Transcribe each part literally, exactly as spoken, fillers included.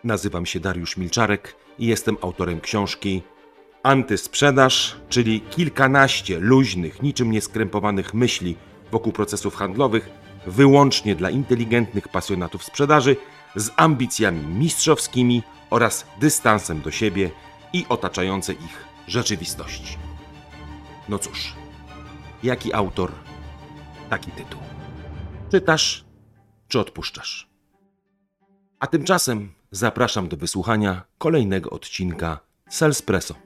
Nazywam się Dariusz Milczarek i jestem autorem książki Antysprzedaż, czyli kilkanaście luźnych, niczym nieskrępowanych myśli wokół procesów handlowych, wyłącznie dla inteligentnych pasjonatów sprzedaży, z ambicjami mistrzowskimi oraz dystansem do siebie i otaczającej ich rzeczywistości. No cóż, jaki autor, taki tytuł. Czytasz, czy odpuszczasz? A tymczasem zapraszam do wysłuchania kolejnego odcinka Salespresso.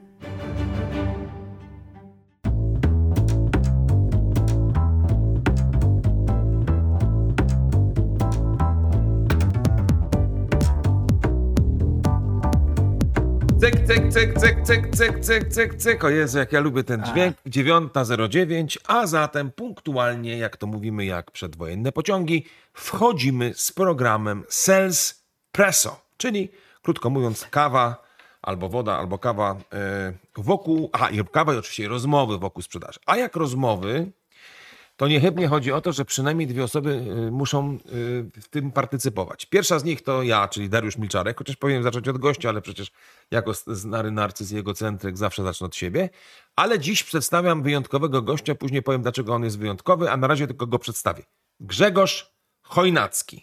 Cyk, cyk, cyk, cyk, cyk, cyk, cyk, cyk, cyk. O Jezu, jak ja lubię ten dźwięk. dziewiąta zero dziewięć, a zatem punktualnie, jak to mówimy, jak przedwojenne pociągi, wchodzimy z programem Salespresso, czyli krótko mówiąc kawa, albo woda, albo kawa yy, wokół, aha, i kawa i oczywiście rozmowy wokół sprzedaży. A jak rozmowy, to niechybnie chodzi o to, że przynajmniej dwie osoby y, muszą y, w tym partycypować. Pierwsza z nich to ja, czyli Dariusz Milczarek, chociaż powinienem zacząć od gościa, ale przecież jako znary narcyz i egocentryk zawsze zacznę od siebie. Ale dziś przedstawiam wyjątkowego gościa, później powiem, dlaczego on jest wyjątkowy, a na razie tylko go przedstawię. Grzegorz Chojnacki.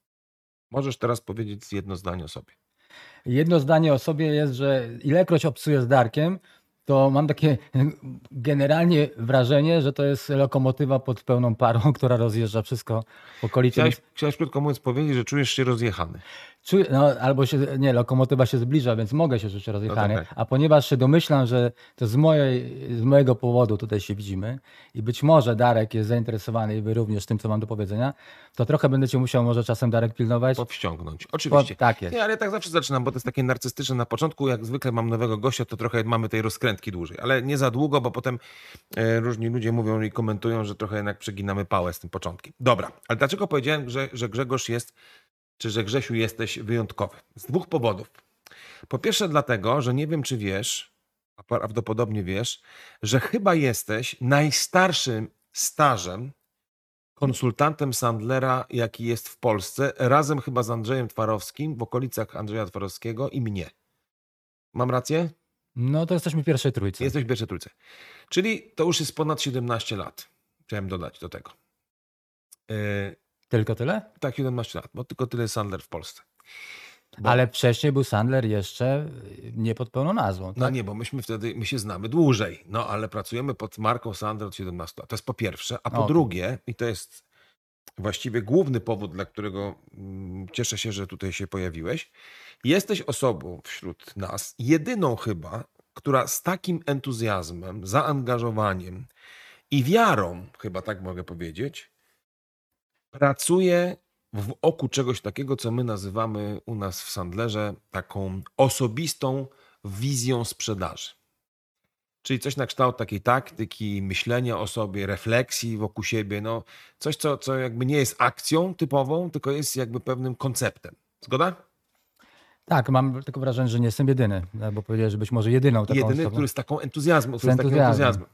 Możesz teraz powiedzieć jedno zdanie o sobie. Jedno zdanie o sobie jest, że ilekroć obcuję z Darkiem, to mam takie generalnie wrażenie, że to jest lokomotywa pod pełną parą, która rozjeżdża wszystko w okolicy. Chciałeś, chciałeś krótko mówiąc powiedzieć, że czujesz się rozjechany. Czuję, no, albo się, nie, lokomotywa się zbliża, więc mogę się czuć rozjechany. No tak, tak. A ponieważ się domyślam, że to z, mojej, z mojego powodu tutaj się widzimy i być może Darek jest zainteresowany i wy również tym, co mam do powiedzenia, to trochę będziecie musiał może czasem Darek pilnować. Powściągnąć, oczywiście. Po, tak jest. Nie, ale ja tak zawsze zaczynam, bo to jest takie narcystyczne na początku. Jak zwykle mam nowego gościa, to trochę mamy tej rozkrętki dłużej, ale nie za długo, bo potem e, różni ludzie mówią i komentują, że trochę jednak przeginamy pałę z tym początkiem. Dobra, ale dlaczego powiedziałem, że, że Grzegorz jest, czy że Grzesiu jesteś wyjątkowy? Z dwóch powodów. Po pierwsze dlatego, że nie wiem, czy wiesz, a prawdopodobnie wiesz, że chyba jesteś najstarszym stażem konsultantem Sandlera, jaki jest w Polsce, razem chyba z Andrzejem Twarowskim, w okolicach Andrzeja Twarowskiego i mnie. Mam rację? No to jesteśmy w pierwszej trójce. Jesteś w pierwszej trójce. Czyli to już jest ponad siedemnaście lat. Chciałem dodać do tego. Yy, Tylko tyle? tak, siedemnaście lat, bo tylko tyle jest Sandler w Polsce. Bo... Ale wcześniej był Sandler jeszcze nie pod pełną nazwą. Tak? No nie, bo myśmy wtedy, my się znamy dłużej, no ale pracujemy pod marką Sandler od siedemnastu lat. To jest po pierwsze, a po okay. drugie, i to jest właściwie główny powód, dla którego mm, cieszę się, że tutaj się pojawiłeś, jesteś osobą wśród nas, jedyną chyba, która z takim entuzjazmem, zaangażowaniem i wiarą, chyba tak mogę powiedzieć, pracuje w oku czegoś takiego, co my nazywamy u nas w Sandlerze taką osobistą wizją sprzedaży. Czyli coś na kształt takiej taktyki, myślenia o sobie, refleksji wokół siebie. No, coś, co, co jakby nie jest akcją typową, tylko jest jakby pewnym konceptem. Zgoda? Tak, mam tylko wrażenie, że nie jestem jedyny, bo powiedziałeś, że być może jedyną taką Jedyny, osobą. który z taką entuzjazmem, Z który z takim entuzjazmem.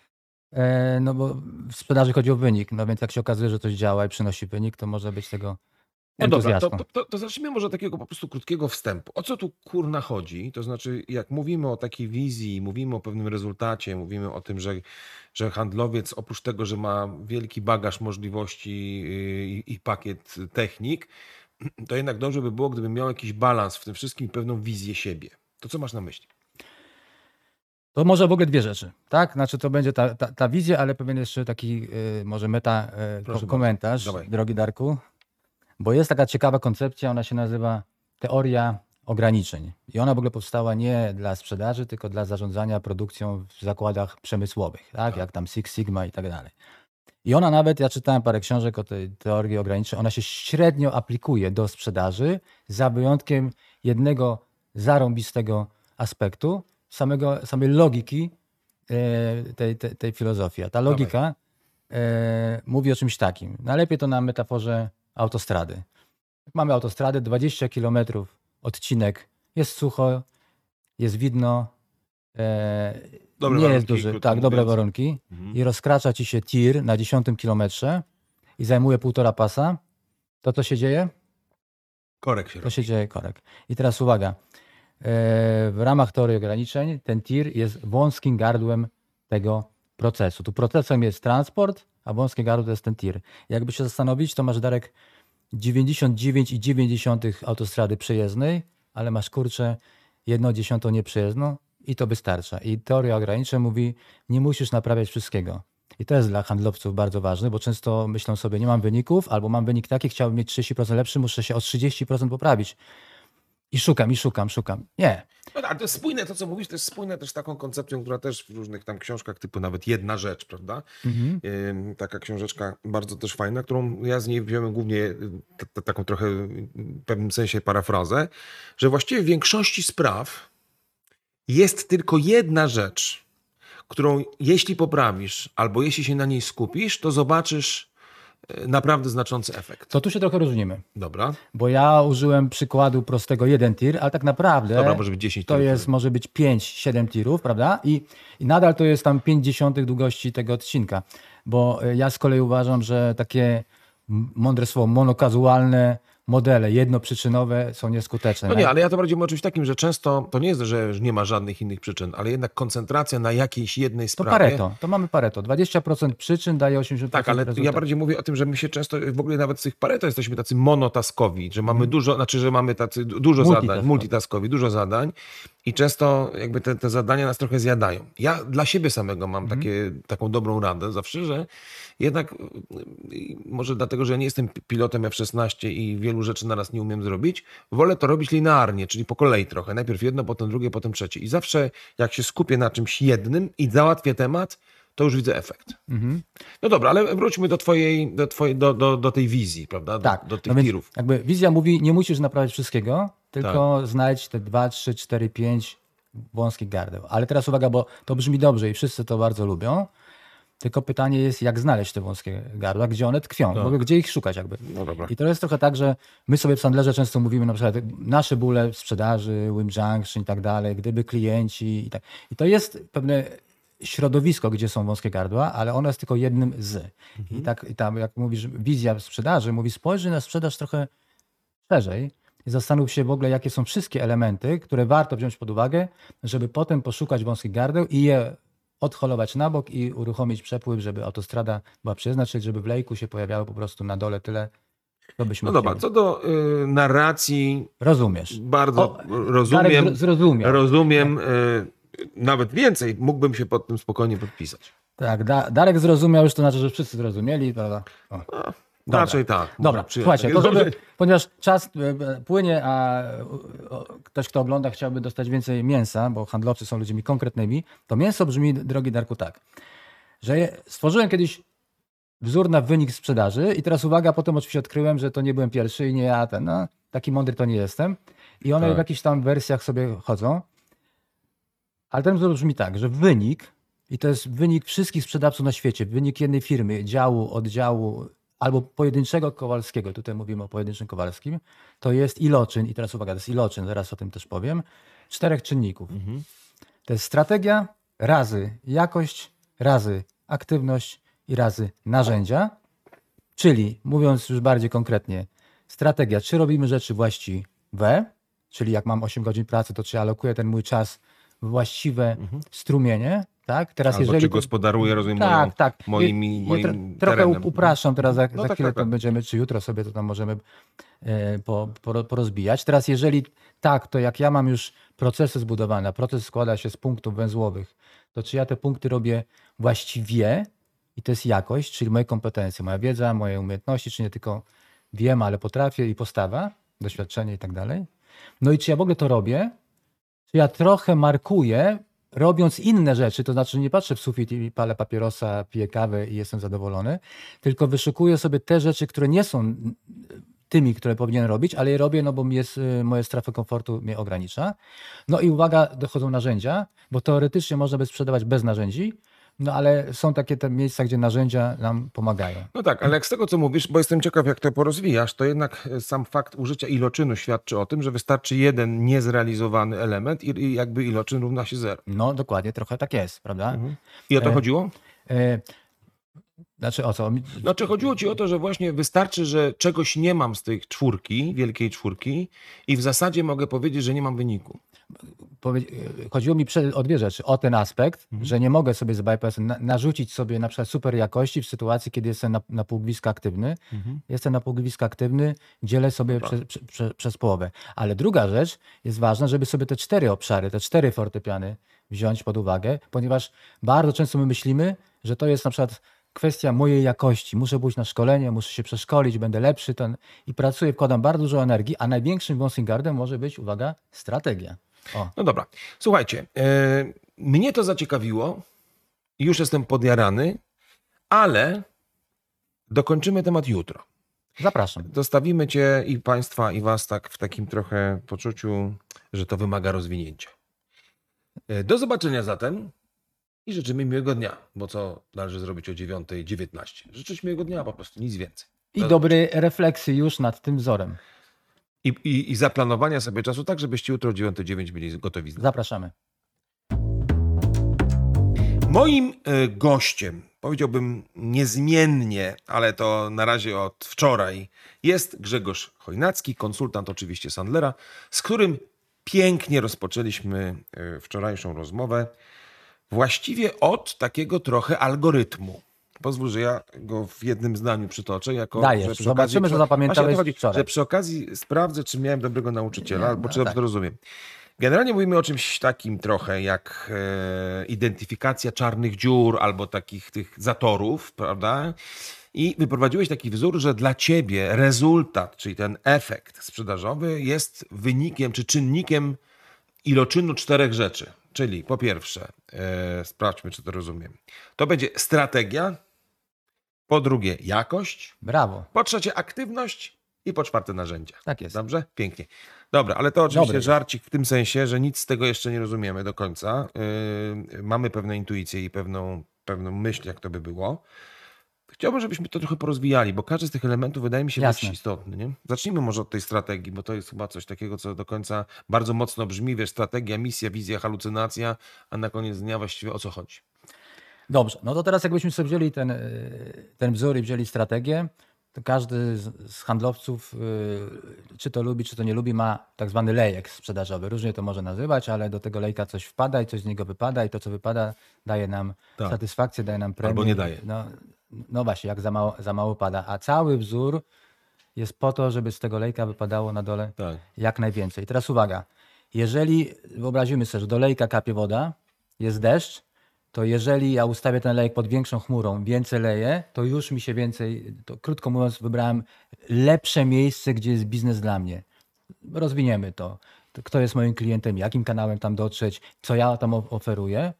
E, no bo w sprzedaży chodzi o wynik, no więc jak się okazuje, że coś działa i przynosi wynik, to może być tego No dobra, entuzjastą. to, to, to zacznijmy może takiego po prostu krótkiego wstępu. O co tu kurna chodzi? To znaczy, jak mówimy o takiej wizji, mówimy o pewnym rezultacie, mówimy o tym, że, że handlowiec oprócz tego, że ma wielki bagaż możliwości i, i pakiet technik, to jednak dobrze by było, gdyby miał jakiś balans w tym wszystkim i pewną wizję siebie. To co masz na myśli? To może w ogóle dwie rzeczy, tak? Znaczy to będzie ta, ta, ta wizja, ale pewien jeszcze taki y, może meta y, komentarz, Dawaj. Drogi Darku. Bo jest taka ciekawa koncepcja, ona się nazywa teoria ograniczeń. I ona w ogóle powstała nie dla sprzedaży, tylko dla zarządzania produkcją w zakładach przemysłowych, tak? tak. Jak tam Six Sigma i tak dalej. I ona nawet, ja czytałem parę książek o tej teorii ograniczeń, ona się średnio aplikuje do sprzedaży, za wyjątkiem jednego zarąbistego aspektu, samego, samej logiki e, tej, tej, tej filozofii. A ta logika e, mówi o czymś takim. Najlepiej to na metaforze autostrady. Mamy autostradę, dwadzieścia kilometrów odcinek, jest sucho, jest widno, e, nie jest duży, tak, dobre warunki mhm. i rozkracza ci się tir na dziesiątym kilometrze i zajmuje półtora pasa, to co się dzieje? Korek się To robi. się dzieje korek. I teraz uwaga. E, W ramach teorii ograniczeń ten tir jest wąskim gardłem tego procesu. Tu procesem jest transport, a wąskie gardło to jest ten tir. Jakby się zastanowić, to masz, Darek, dziewięćdziesiąt dziewięć i dziewięć dziesiątych autostrady przejezdnej, ale masz, kurczę, jedną dziesiątą nieprzejezdną i to wystarcza. I teoria ograniczeń mówi, nie musisz naprawiać wszystkiego. I to jest dla handlowców bardzo ważne, bo często myślą sobie, nie mam wyników, albo mam wynik taki, chciałbym mieć trzydzieści procent lepszy, muszę się o trzydzieści procent poprawić. I szukam, i szukam, szukam. Nie. No tak, to jest spójne, to co mówisz, to jest spójne też z taką koncepcją, która też w różnych tam książkach typu nawet jedna rzecz, prawda? Mhm. Ym, taka książeczka bardzo też fajna, którą ja z niej wziąłem głównie y, t- t- taką trochę y, w pewnym sensie parafrazę, że właściwie w większości spraw jest tylko jedna rzecz, którą jeśli poprawisz albo jeśli się na niej skupisz, to zobaczysz y, naprawdę znaczący efekt. To tu się trochę różnimy, Dobra, bo ja użyłem przykładu prostego jeden tir, ale tak naprawdę dobra, może być dziesięć to tirów. jest, może być pięć siedem tirów, prawda? I, I nadal to jest tam pięć dziesiątych długości tego odcinka, bo y, ja z kolei uważam, że takie m- mądre słowo, monokazualne modele, jednoprzyczynowe są nieskuteczne. No tak? nie, ale ja to bardziej mówię o czymś takim, że często to nie jest, że nie ma żadnych innych przyczyn, ale jednak koncentracja na jakiejś jednej To sprawie. Pareto, to mamy Pareto. dwadzieścia procent przyczyn daje osiemdziesiąt procent Tak, ale rezultatu. ja bardziej mówię o tym, że my się często w ogóle nawet z tych Pareto jesteśmy tacy monotaskowi, że mamy dużo, znaczy, że mamy tacy du- dużo zadań, Multitaskowi. multitaskowi, dużo zadań i często jakby te, te zadania nas trochę zjadają. Ja dla siebie samego mam takie, taką dobrą radę zawsze, że jednak y, y, może dlatego, że ja nie jestem pi- pilotem F szesnaście i wielu rzeczy naraz nie umiem zrobić, wolę to robić linearnie, czyli po kolei trochę. Najpierw jedno, potem drugie, potem trzecie. I zawsze jak się skupię na czymś jednym i załatwię temat, to już widzę efekt. No dobra, ale wróćmy do twojej, do, twojej, do, do, do tej wizji, prawda? Do, Tak, do tych no więc tirów. jakby wizja mówi, nie musisz naprawiać wszystkiego, tylko znajdź te dwa, trzy, cztery, pięć wąskich gardeł. Ale teraz uwaga, bo to brzmi dobrze i wszyscy to bardzo lubią, tylko pytanie jest, jak znaleźć te wąskie gardła, gdzie one tkwią, w ogóle gdzie ich szukać jakby. No dobra. I to jest trochę tak, że my sobie w Sandlerze często mówimy na przykład nasze bóle w sprzedaży, Wim Junction i tak dalej, gdyby klienci i tak. I to jest pewne środowisko, gdzie są wąskie gardła, ale ono jest tylko jednym z. I tak i tam, jak mówisz, wizja sprzedaży, mówi spojrzyj na sprzedaż trochę szerzej i zastanów się w ogóle, jakie są wszystkie elementy, które warto wziąć pod uwagę, żeby potem poszukać wąskich gardeł i je odholować na bok i uruchomić przepływ, żeby autostrada była przyjezdna, czyli żeby w lejku się pojawiało po prostu na dole tyle, co byśmy No dobra, chcieli. co do y, narracji, Rozumiesz. bardzo O, rozumiem, Darek zro- zrozumiał. rozumiem, y, nawet więcej, mógłbym się pod tym spokojnie podpisać. Tak, da, Darek zrozumiał już, to znaczy, że wszyscy zrozumieli, prawda? O. Dobra. Raczej tak. Dobra, Można przyjąć słuchajcie, takie to żeby, założenie. ponieważ czas e, e, płynie, a e, o, ktoś, kto ogląda, chciałby dostać więcej mięsa, bo handlowcy są ludźmi konkretnymi, to mięso brzmi, drogi Darku, tak, że je, stworzyłem kiedyś wzór na wynik sprzedaży i teraz uwaga, potem oczywiście odkryłem, że to nie byłem pierwszy i nie ja ten, no, taki mądry to nie jestem i one Tak. w jakichś tam wersjach sobie chodzą, ale ten wzór brzmi tak, że wynik, i to jest wynik wszystkich sprzedawców na świecie, wynik jednej firmy, działu, oddziału albo pojedynczego Kowalskiego, tutaj mówimy o pojedynczym Kowalskim, to jest iloczyn, i teraz uwaga, to jest iloczyn, zaraz o tym też powiem, czterech czynników. To jest strategia razy jakość, razy aktywność i razy narzędzia, czyli mówiąc już bardziej konkretnie, strategia, czy robimy rzeczy właściwe, czyli jak mam osiem godzin pracy, to czy alokuję ten mój czas w właściwe strumienie, tak? Teraz Albo jeżeli czy gospodaruję, rozumiem, tak, moją, tak. moimi, Je- je moim tro- trochę terenem. upraszczam teraz, za, No za tak, chwilę tak, to tak. będziemy, czy jutro sobie to tam możemy e, po, po, porozbijać. Teraz jeżeli tak, to jak ja mam już procesy zbudowane, a proces składa się z punktów węzłowych, to czy ja te punkty robię właściwie i to jest jakość, czyli moje kompetencje, moja wiedza, moje umiejętności, czy nie tylko wiem, ale potrafię i postawa, doświadczenie i tak dalej. No i czy ja w ogóle to robię, czy ja trochę markuję, robiąc inne rzeczy, to znaczy nie patrzę w sufit i palę papierosa, piję kawę i jestem zadowolony, tylko wyszukuję sobie te rzeczy, które nie są tymi, które powinien robić, ale je robię, no bo mi jest, y, moje strefy komfortu mnie ogranicza. No i uwaga, dochodzą narzędzia, bo teoretycznie można by sprzedawać bez narzędzi, no ale są takie te miejsca, gdzie narzędzia nam pomagają. No tak, ale jak z tego, co mówisz, bo jestem ciekaw, jak to porozwijasz, to jednak sam fakt użycia iloczynu świadczy o tym, że wystarczy jeden niezrealizowany element i, i jakby iloczyn równa się zero. No dokładnie, trochę tak jest, prawda? I o to E, chodziło? E, Znaczy o co? Znaczy chodziło ci o to, że właśnie wystarczy, że czegoś nie mam z tej czwórki, wielkiej czwórki i w zasadzie mogę powiedzieć, że nie mam wyniku. Powie- Chodziło mi prze- o dwie rzeczy. O ten aspekt, że nie mogę sobie z bypassem na, narzucić sobie na przykład super jakości w sytuacji, kiedy jestem na, na półgwizdku aktywny. Jestem na półgwizdku aktywny, dzielę sobie prze, prze, prze, przez połowę. Ale druga rzecz jest ważna, żeby sobie te cztery obszary, te cztery fortepiany wziąć pod uwagę, ponieważ bardzo często my myślimy, że to jest na przykład kwestia mojej jakości. Muszę pójść na szkolenie, muszę się przeszkolić, będę lepszy ten i pracuję, wkładam bardzo dużo energii, a największym wąskim gardem może być, uwaga, strategia. O. No dobra, słuchajcie, e, mnie to zaciekawiło, już jestem podjarany, ale dokończymy temat jutro. Zapraszam. Zostawimy cię i państwa i was tak w takim trochę poczuciu, że to wymaga rozwinięcia. E, Do zobaczenia zatem i życzymy miłego dnia, bo co należy zrobić o dziewiąta dziewiętnaście? Życzyć miłego dnia, po prostu nic więcej. I dobrej refleksji już nad tym wzorem. I, i, I zaplanowania sobie czasu tak, żebyście jutro o dziewiąta dziewięć byli gotowi. Zapraszamy. Moim e, gościem, powiedziałbym niezmiennie, ale to na razie od wczoraj, jest Grzegorz Chojnacki, konsultant oczywiście Sandlera, z którym pięknie rozpoczęliśmy e, wczorajszą rozmowę. Właściwie od takiego trochę algorytmu. Pozwól, że ja go w jednym zdaniu przytoczę. Jako, Dajesz, że przy zobaczymy, okazji, że zapamiętałeś Właśnie o to chodzi, wczoraj. że przy okazji sprawdzę, czy miałem dobrego nauczyciela, Nie, albo no czy dobrze tak. to rozumiem. Generalnie mówimy o czymś takim trochę jak e, identyfikacja czarnych dziur albo takich tych zatorów, prawda? I wyprowadziłeś taki wzór, że dla ciebie rezultat, czyli ten efekt sprzedażowy jest wynikiem czy czynnikiem iloczynu czterech rzeczy. Czyli po pierwsze, e, sprawdźmy, czy to rozumiem, to będzie strategia, po drugie jakość, Brawo. po trzecie aktywność i po czwarte narzędzia. Tak jest. Dobrze? Pięknie. Dobra, ale to oczywiście Dobry. żarcik w tym sensie, że nic z tego jeszcze nie rozumiemy do końca. Yy, mamy pewne intuicje i pewną, pewną myśl, jak to by było. Chciałbym, żebyśmy to trochę porozwijali, bo każdy z tych elementów wydaje mi się Jasne. być istotny. Nie? Zacznijmy może od tej strategii, bo to jest chyba coś takiego, co do końca bardzo mocno brzmi. Wiesz, strategia, misja, wizja, halucynacja, a na koniec dnia właściwie o co chodzi. Dobrze, no to teraz jakbyśmy sobie wzięli ten, y, ten wzór i wzięli strategię, to każdy z, z handlowców, y, czy to lubi, czy to nie lubi, ma tak zwany lejek sprzedażowy. Różnie to może nazywać, ale do tego lejka coś wpada i coś z niego wypada i to, co wypada, daje nam Tak. satysfakcję, daje nam premię. Albo nie daje. No, no właśnie, jak za mało, za mało pada. A cały wzór jest po to, żeby z tego lejka wypadało na dole Tak. jak najwięcej. Teraz uwaga, jeżeli wyobrazimy sobie, że do lejka kapie woda, jest deszcz, to jeżeli ja ustawię ten lejek pod większą chmurą, więcej leje, to już mi się więcej, to krótko mówiąc, wybrałem lepsze miejsce, gdzie jest biznes dla mnie. Rozwiniemy to. To kto jest moim klientem, jakim kanałem tam dotrzeć, co ja tam o- oferuję.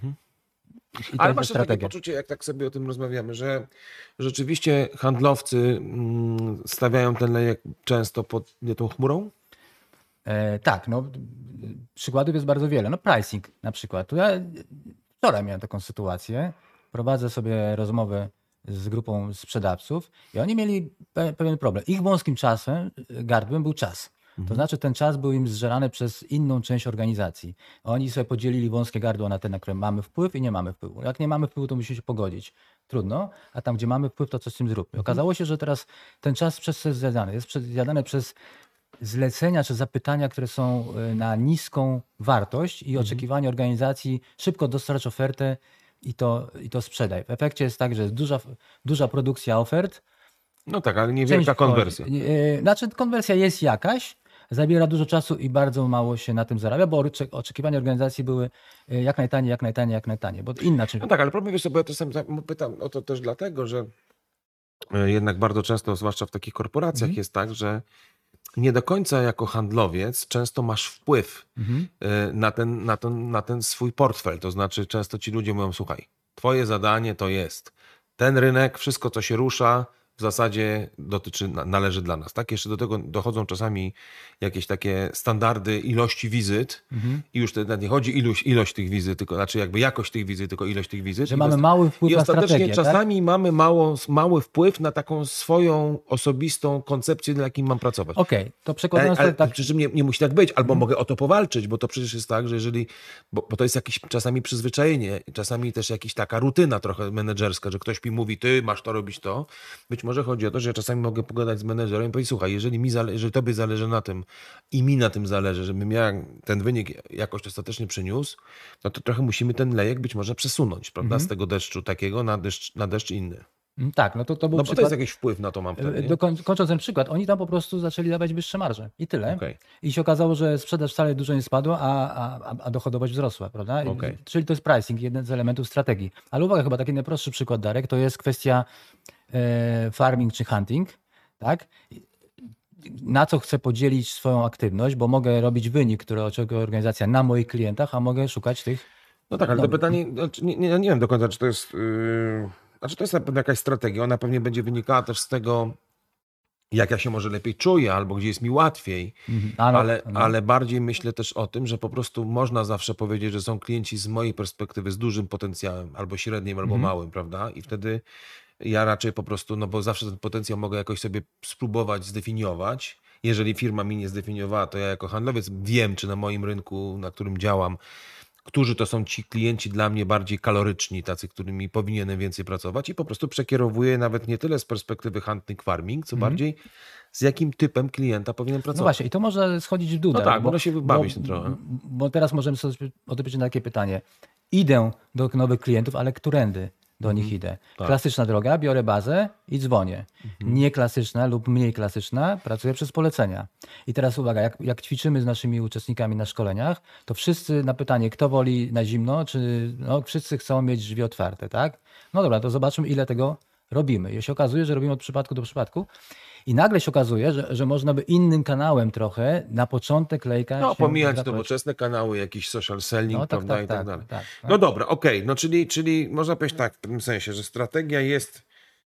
I to Ale jest masz takie strategia. poczucie, jak tak sobie o tym rozmawiamy, że rzeczywiście handlowcy mm, stawiają ten lejek często pod nie tą chmurą? E, tak, no przykładów jest bardzo wiele. No pricing na przykład. Tu ja wczoraj miałem taką sytuację. Prowadzę sobie rozmowę z grupą sprzedawców i oni mieli pe- pewien problem. Ich wąskim czasem, gardłem był czas. To znaczy ten czas był im zżerany przez inną część organizacji. Oni sobie podzielili wąskie gardło na te, na które mamy wpływ i nie mamy wpływu. Jak nie mamy wpływu, to musimy się pogodzić. Trudno, a tam, gdzie mamy wpływ, to co z tym zróbmy. Okazało się, że teraz ten czas przez co jest zjadany. Jest przez- zjadany przez zlecenia czy zapytania, które są y, na niską wartość i oczekiwanie organizacji szybko dostarcz ofertę i to, i to sprzedaj. W efekcie jest tak, że jest duża, duża produkcja ofert. No tak, ale część niewielka wchodzi. konwersja. Y, Znaczy konwersja jest jakaś, zabiera dużo czasu i bardzo mało się na tym zarabia, bo ocze- oczekiwania organizacji były y, jak najtaniej, jak najtaniej, jak najtaniej, bo inna czymś. No tak, ale problem wiesz co, bo ja czasem za- pytam o to też dlatego, że e, jednak bardzo często, zwłaszcza w takich korporacjach Mhm. jest tak, że nie do końca jako handlowiec często masz wpływ Mhm. e, na ten, na, ten, na ten swój portfel. To znaczy często ci ludzie mówią, słuchaj, twoje zadanie to jest ten rynek, wszystko co się rusza, w zasadzie dotyczy, należy dla nas. Tak? Jeszcze do tego dochodzą czasami jakieś takie standardy ilości wizyt Mhm. i już nawet nie chodzi ilość, ilość tych wizyt, tylko znaczy jakby jakość tych wizyt, tylko ilość tych wizyt. Że I mamy osta- mały wpływ I na ostatecznie strategię, tak? czasami mamy mało, mały wpływ na taką swoją osobistą koncepcję, dla jakiej mam pracować. Okej, to Ale, przekładając ale to tak... przy czym nie, nie musi tak być, albo mogę o to powalczyć, bo to przecież jest tak, że jeżeli, bo, bo to jest jakieś czasami przyzwyczajenie, czasami też jakaś taka rutyna trochę menedżerska, że ktoś mi mówi, ty masz to robić to. Być może chodzi o to, że ja czasami mogę pogadać z menedżerem i powiedzieć, słuchaj, jeżeli mi zale- jeżeli tobie zależy na tym i mi na tym zależy, żebym ja ten wynik jakoś ostatecznie przyniósł, no to trochę musimy ten lejek być może przesunąć, prawda, z tego deszczu takiego na deszcz, na deszcz inny. Mm, Tak, no to, to był No bo to przykład... jest jakiś wpływ na to mam pewnie. Do, koń- kończąc ten przykład, oni tam po prostu zaczęli dawać wyższe marże i tyle. Okej. I się okazało, że sprzedaż wcale dużo nie spadła, a, a, a dochodowość wzrosła, prawda? I- Okej. Czyli to jest pricing, jeden z elementów strategii. Ale uwaga, chyba taki najprostszy przykład, Darek, to jest kwestia e, farming czy hunting, tak? Na co chcę podzielić swoją aktywność, bo mogę robić wynik, który oczekuje organizacja na moich klientach, a mogę szukać tych... No tak, ale to Dobra. pytanie, znaczy, nie, nie, nie wiem do końca, czy to jest, yy, znaczy to jest na pewno jakaś strategia, ona pewnie będzie wynikała też z tego, jak ja się może lepiej czuję, albo gdzie jest mi łatwiej, Mhm. A no, ale, no. ale bardziej myślę też o tym, że po prostu można zawsze powiedzieć, że są klienci z mojej perspektywy z dużym potencjałem, albo średnim, albo małym, prawda? I wtedy ja raczej po prostu, no bo zawsze ten potencjał mogę jakoś sobie spróbować zdefiniować. Jeżeli firma mi nie zdefiniowała, to ja jako handlowiec wiem, czy na moim rynku, na którym działam, którzy to są ci klienci dla mnie bardziej kaloryczni, tacy, którymi powinienem więcej pracować i po prostu przekierowuję nawet nie tyle z perspektywy hunting farming, co bardziej z jakim typem klienta powinienem No pracować. właśnie, i to może schodzić w dół. No Darek, tak, można się wybawić tym trochę. Bo teraz możemy sobie odpowiedzieć na takie pytanie. Idę do nowych klientów, ale którędy do nich idę? tak. Klasyczna droga, biorę bazę i dzwonię. Nieklasyczna lub mniej klasyczna, pracuję przez polecenia. I teraz uwaga, jak, jak ćwiczymy z naszymi uczestnikami na szkoleniach, to wszyscy na pytanie, kto woli na zimno, czy no, wszyscy chcą mieć drzwi otwarte, tak? No dobra, to zobaczmy, ile tego robimy. I się okazuje, że robimy od przypadku do przypadku. I nagle się okazuje, że, że można by innym kanałem trochę na początek lejka No, się pomijać zacząć. nowoczesne kanały, jakiś social selling, No tak, prawda, tak, i tak, tak, dalej. tak, tak. No dobra, okej, no czyli, czyli można powiedzieć tak, w tym sensie, że strategia jest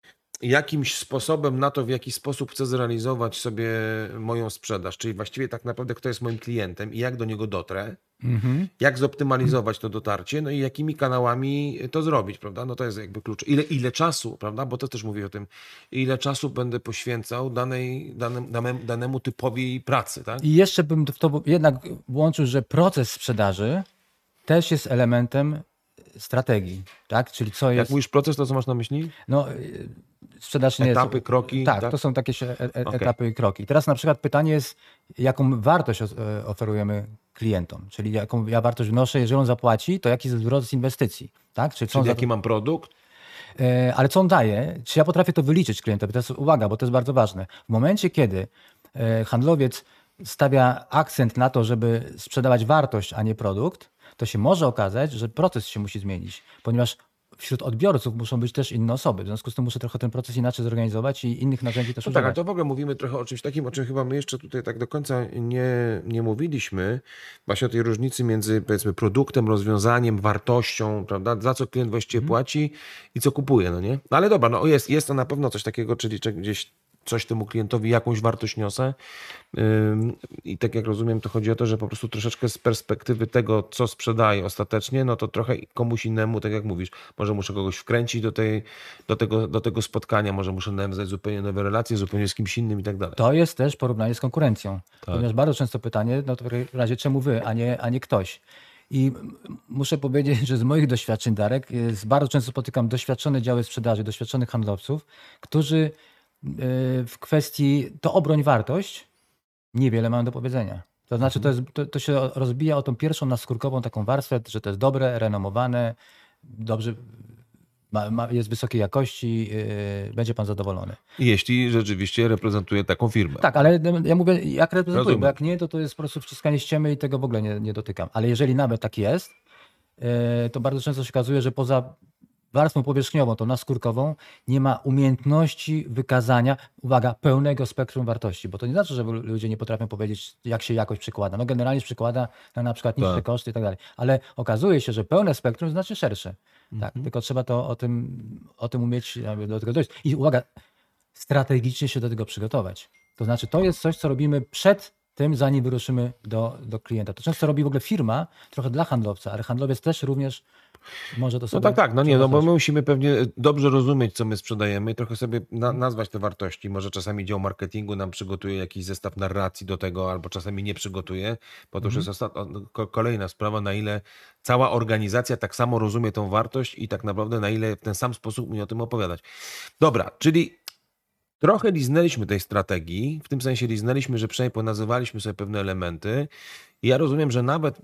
jakimś sposobem na to, w jaki sposób chcę zrealizować sobie moją sprzedaż, czyli właściwie tak naprawdę kto jest moim klientem i jak do niego dotrę, Mhm. jak zoptymalizować to dotarcie, no i jakimi kanałami to zrobić, prawda? No to jest jakby klucz. Ile, ile czasu, prawda? Bo to też mówię o tym, ile czasu będę poświęcał danej, danem, danemu, danemu typowi pracy, tak? I jeszcze bym w to jednak włączył, że proces sprzedaży też jest elementem strategii, tak? Czyli co Jak jest... mówisz proces, to co masz na myśli? No, y, sprzedaż nie Etapy, jest... kroki, Tak, tak? to są takie się- e, e, Okej. etapy i kroki. I teraz na przykład pytanie jest, jaką wartość o- e, oferujemy klientom? Czyli jaką ja wartość wnoszę, jeżeli on zapłaci, to jaki jest zwrot z inwestycji, tak? Czyli co on Czyli za... jaki mam produkt? E, Ale co on daje? Czy ja potrafię to wyliczyć klientowi? To jest uwaga, bo to jest bardzo ważne. W momencie, kiedy e, handlowiec stawia akcent na to, żeby sprzedawać wartość, a nie produkt, to się może okazać, że proces się musi zmienić, ponieważ wśród odbiorców muszą być też inne osoby. W związku z tym muszę trochę ten proces inaczej zorganizować i innych narzędzi też No tak, ale używać. to w ogóle mówimy trochę o czymś takim, o czym chyba my jeszcze tutaj tak do końca nie, nie mówiliśmy. Właśnie o tej różnicy między, powiedzmy, produktem, rozwiązaniem, wartością, prawda? Za co klient właściwie płaci i co kupuje, no nie? No ale dobra, no jest, jest to na pewno coś takiego, czyli cze- gdzieś coś temu klientowi, jakąś wartość niosę. Ym, I tak jak rozumiem, to chodzi o to, że po prostu troszeczkę z perspektywy tego, co sprzedaję ostatecznie, no to trochę komuś innemu, tak jak mówisz, może muszę kogoś wkręcić do, tej, do, tego, do tego spotkania, może muszę nawiązać zupełnie nowe relacje, zupełnie z kimś innym i tak dalej. To jest też porównanie z konkurencją. Ponieważ bardzo często pytanie, no to w takim razie czemu wy, a nie, a nie ktoś? I m- muszę powiedzieć, że z moich doświadczeń, Darek, jest, bardzo często spotykam doświadczone działy sprzedaży, doświadczonych handlowców, którzy y, w kwestii to obroń wartość niewiele mają do powiedzenia. To znaczy, to, jest, to, to się rozbija o tą pierwszą naskórkową taką warstwę, że to jest dobre, renomowane, dobrze, ma, ma, jest wysokiej jakości, yy, będzie pan zadowolony. Jeśli rzeczywiście reprezentuje taką firmę. Tak, ale ja mówię, jak reprezentuję, Rozumiem. bo jak nie, to to jest po prostu wciskanie ściemy i tego w ogóle nie, nie dotykam. Ale jeżeli nawet tak jest, yy, to bardzo często się okazuje, że poza warstwą powierzchniową, tą naskórkową, nie ma umiejętności wykazania, uwaga, pełnego spektrum wartości, bo to nie znaczy, że ludzie nie potrafią powiedzieć, jak się jakość przekłada. No generalnie się przekłada na na przykład niższe Tak. koszty i tak dalej, ale okazuje się, że pełne spektrum znaczy szersze. Mhm. Tak, tylko trzeba to o tym, o tym umieć jakby do tego dojść. I uwaga, strategicznie się do tego przygotować. To znaczy, to jest coś, co robimy przed tym, zanim wyruszymy do, do klienta. To często robi w ogóle firma, trochę dla handlowca, ale handlowiec też również może to No sobie... tak, tak, no nie, no bo przepracować. my musimy pewnie dobrze rozumieć, co my sprzedajemy i trochę sobie na, nazwać te wartości. Może czasami dział marketingu nam przygotuje jakiś zestaw narracji do tego, albo czasami nie przygotuje, bo to już jest ostat... o, ko- kolejna sprawa, na ile cała organizacja tak samo rozumie tą wartość i tak naprawdę na ile w ten sam sposób umie o tym opowiadać. Dobra, czyli trochę liznęliśmy tej strategii, w tym sensie liznęliśmy, że przynajmniej ponazywaliśmy sobie pewne elementy i ja rozumiem, że nawet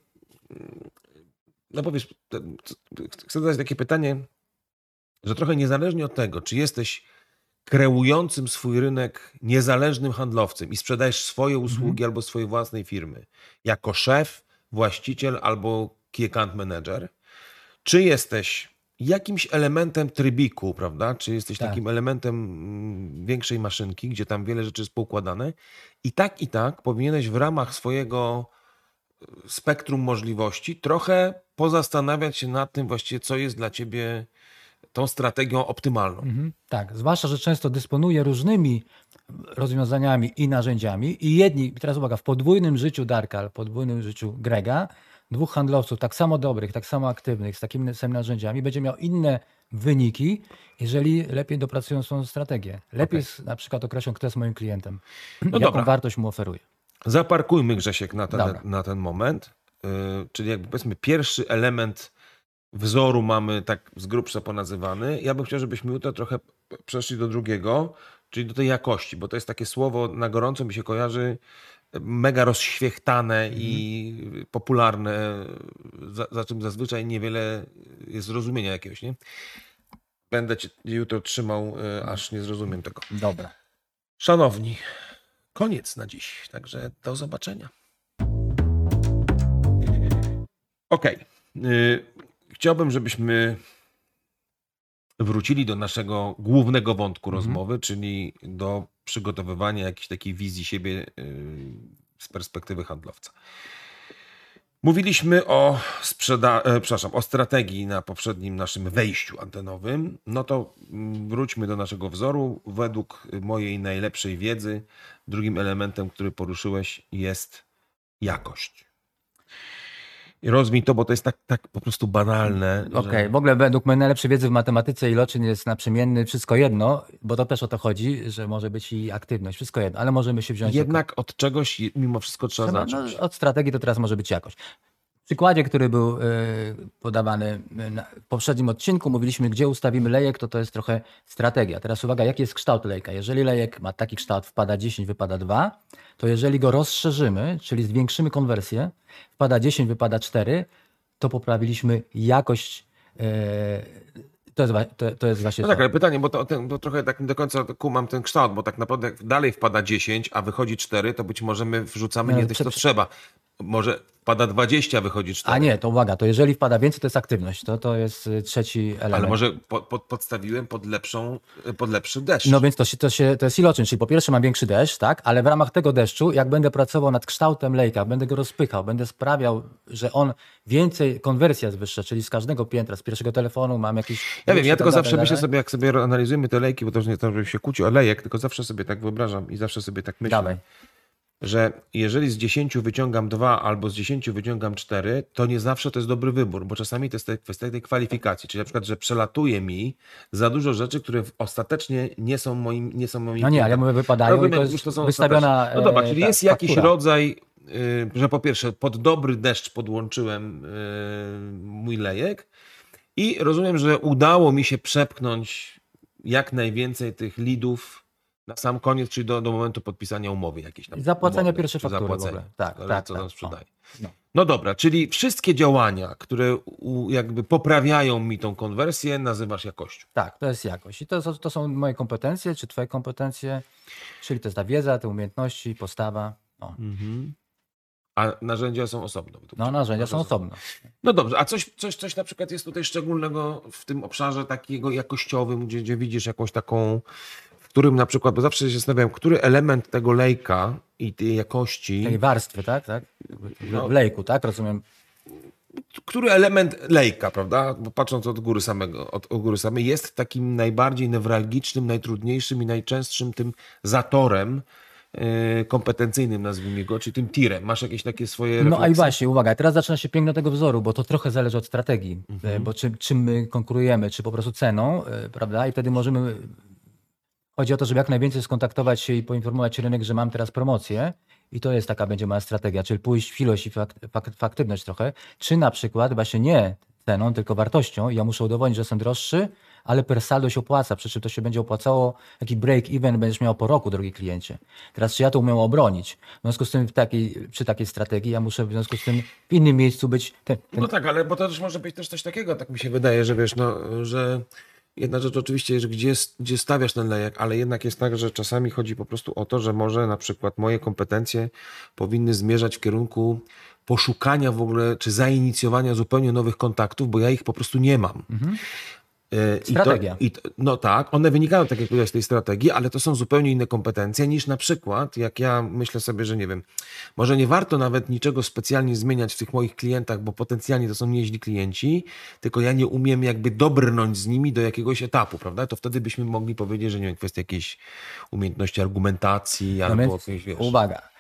no powiesz, chcę zadać takie pytanie, że trochę niezależnie od tego, czy jesteś kreującym swój rynek niezależnym handlowcem i sprzedajesz swoje usługi albo swojej własnej firmy jako szef, właściciel albo key account manager, czy jesteś jakimś elementem trybiku, prawda? Czy jesteś Tak. takim elementem mm, większej maszynki, gdzie tam wiele rzeczy jest poukładane i tak i tak powinieneś w ramach swojego spektrum możliwości trochę pozastanawiać się nad tym właściwie, co jest dla ciebie tą strategią optymalną. Mhm, tak, zwłaszcza, że często dysponuje różnymi rozwiązaniami i narzędziami i jedni, i teraz uwaga, w podwójnym życiu Darka, w podwójnym życiu Grega, dwóch handlowców tak samo dobrych, tak samo aktywnych, z takimi samymi narzędziami, będzie miał inne wyniki, jeżeli lepiej dopracują swoją strategię. Lepiej jest, na przykład określą, kto jest moim klientem, jaką dobra. wartość mu oferuje. Zaparkujmy, Grzesiek, na ten, Dobra. na ten moment. Yy, czyli jakby powiedzmy pierwszy element wzoru mamy tak z grubsza ponazywany. Ja bym chciał, żebyśmy jutro trochę przeszli do drugiego, czyli do tej jakości, bo to jest takie słowo na gorąco mi się kojarzy, mega rozświechtane i popularne, za, za czym zazwyczaj niewiele jest zrozumienia jakiegoś, nie? Będę cię jutro trzymał, y, aż nie zrozumiem tego. Dobra. Szanowni, koniec na dziś, także do zobaczenia. Okej. Y, Chciałbym, żebyśmy wrócili do naszego głównego wątku rozmowy, czyli do przygotowywania jakiejś takiej wizji siebie y, z perspektywy handlowca. Mówiliśmy o, sprzeda- e, przepraszam, o strategii na poprzednim naszym wejściu antenowym. No to mm, wróćmy do naszego wzoru. Według mojej najlepszej wiedzy drugim elementem, który poruszyłeś, jest jakość. I rozwij to, bo to jest tak, tak po prostu banalne. Okej, że... w ogóle według mojej najlepszej wiedzy w matematyce iloczyn jest naprzemienny, wszystko jedno, bo to też o to chodzi, że może być i aktywność, wszystko jedno, ale możemy się wziąć... Jednak od czegoś mimo wszystko trzeba Trzeba, zacząć. no, od strategii to teraz może być jakość. W przykładzie, który był y, podawany na, w poprzednim odcinku, mówiliśmy, gdzie ustawimy lejek, to to jest trochę strategia. Teraz uwaga, jaki jest kształt lejka? Jeżeli lejek ma taki kształt, wpada dziesięć, wypada dwa, to jeżeli go rozszerzymy, czyli zwiększymy konwersję, wpada dziesięć, wypada cztery, to poprawiliśmy jakość. y, to, jest, wa- to, to jest właśnie No to. tak, ale pytanie, bo to, ten, to trochę tak nie do końca kumam ten kształt, bo tak naprawdę jak dalej wpada dziesięć, a wychodzi cztery, to być może my wrzucamy No, nie tych, prze- co trzeba. Może wpada dwadzieścia, a wychodzi cztery. A nie, to uwaga, to jeżeli wpada więcej, to jest aktywność. To, to jest y, trzeci element. Ale może po, po, podstawiłem pod, lepszą, pod lepszy deszcz. No więc to, się, to, się, to jest iloczyn, czyli po pierwsze mam większy deszcz, tak, ale w ramach tego deszczu, jak będę pracował nad kształtem lejka, będę go rozpychał, będę sprawiał, że on więcej, konwersja jest wyższa, czyli z każdego piętra, z pierwszego telefonu mam jakiś... Ja wiem, ja tylko tak zawsze dalej, myślę tak sobie, jak sobie analizujemy te lejki, bo to już nie to, żeby się kłócił o lejek, tylko zawsze sobie tak wyobrażam i zawsze sobie tak myślę, Dawaj. że jeżeli z dziesięciu wyciągam dwa albo z dziesięciu wyciągam cztery, to nie zawsze to jest dobry wybór, bo czasami to jest te- kwestia tej kwalifikacji, czyli na przykład, że przelatuje mi za dużo rzeczy, które w- ostatecznie nie są moim, nie są moimi... No nie, ale ja mówię wypadają Rozumiem, i to jest już to są wystawiona ostateczne. No dobra, e, czyli ta jest jakiś faktura. rodzaj, y, że po pierwsze pod dobry deszcz podłączyłem y, mój lejek i rozumiem, że udało mi się przepchnąć jak najwięcej tych lidów na sam koniec, czyli do, do momentu podpisania umowy jakiejś tam. I zapłacenia umowy, pierwszej czy faktury w zapłacenia. ogóle. Tak, Zależy, tak, co tak. tam sprzedaje. No. No dobra, czyli wszystkie działania, które u, jakby poprawiają mi tą konwersję, nazywasz jakością. Tak, to jest jakość. I to, to są moje kompetencje, czy twoje kompetencje, czyli to jest ta wiedza, te umiejętności, postawa. No, A narzędzia są osobno. według no ciebie. narzędzia są osobno. No dobrze, a coś, coś, coś na przykład jest tutaj szczególnego w tym obszarze takiego jakościowym, gdzie, gdzie widzisz jakąś taką, w którym na przykład, bo zawsze się zastanawiam, który element tego lejka i tej jakości, Tej warstwy, tak? tak? W, No. w lejku, tak? Rozumiem. który element lejka, prawda, bo patrząc od góry samego, od, od góry samej, jest takim najbardziej newralgicznym, najtrudniejszym i najczęstszym tym zatorem yy, kompetencyjnym, nazwijmy go, czy tym tirem. Masz jakieś takie swoje refleksje? No a i właśnie, uwaga, teraz zaczyna się piękno tego wzoru, bo to trochę zależy od strategii, mhm. bo czy, czym my konkurujemy, czy po prostu ceną, yy, prawda, i wtedy możemy... Chodzi o to, żeby jak najwięcej skontaktować się i poinformować rynek, że mam teraz promocję i to jest taka będzie moja strategia, czyli pójść w ilość i fak, fak, faktywność trochę, czy na przykład właśnie nie ceną, tylko wartością i ja muszę udowodnić, że jestem droższy, ale per saldo się opłaca, przy czym to się będzie opłacało, jaki break-even będziesz miał po roku, drogi kliencie. Teraz czy ja to umiem obronić? W związku z tym w takiej, przy takiej strategii ja muszę w związku z tym w innym miejscu być... Ten, ten... No tak, ale bo to też może być też coś takiego, tak mi się wydaje, że wiesz, no, że... Jedna rzecz oczywiście, że gdzie, gdzie stawiasz ten lejek, ale jednak jest tak, że czasami chodzi po prostu o to, że może na przykład moje kompetencje powinny zmierzać w kierunku poszukania w ogóle, czy zainicjowania zupełnie nowych kontaktów, bo ja ich po prostu nie mam. Mhm. I Strategia. To, i to, no tak, one wynikają, tak jak powiedziałeś, z tej strategii, ale to są zupełnie inne kompetencje niż na przykład, jak ja myślę sobie, że nie wiem, może nie warto nawet niczego specjalnie zmieniać w tych moich klientach, bo potencjalnie to są nieźli klienci, tylko ja nie umiem jakby dobrnąć z nimi do jakiegoś etapu, prawda? To wtedy byśmy mogli powiedzieć, że nie wiem, kwestia jakiejś umiejętności argumentacji no albo więc, jakieś, wiesz... Uwaga.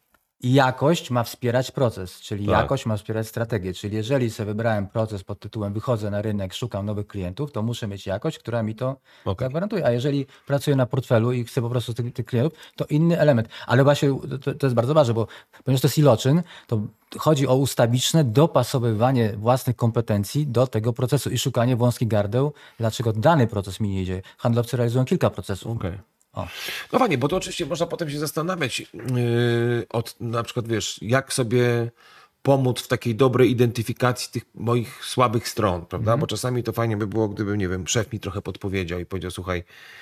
Jakość ma wspierać proces, czyli Tak. jakość ma wspierać strategię. Czyli jeżeli sobie wybrałem proces pod tytułem wychodzę na rynek, szukam nowych klientów, to muszę mieć jakość, która mi to Okay. zagwarantuje. A jeżeli pracuję na portfelu i chcę po prostu tych, tych klientów, to inny element. Ale właśnie to, to jest bardzo ważne, bo ponieważ to jest iloczyn, to chodzi o ustawiczne dopasowywanie własnych kompetencji do tego procesu i szukanie wąskich gardeł, dlaczego dany proces mi nie idzie. Handlowcy realizują kilka procesów. Okay. O. No fajnie, bo to oczywiście można potem się zastanawiać yy, od na przykład, wiesz, jak sobie pomóc w takiej dobrej identyfikacji tych moich słabych stron, prawda? Mm. Bo czasami to fajnie by było, gdyby, nie wiem, szef mi trochę podpowiedział i powiedział, słuchaj,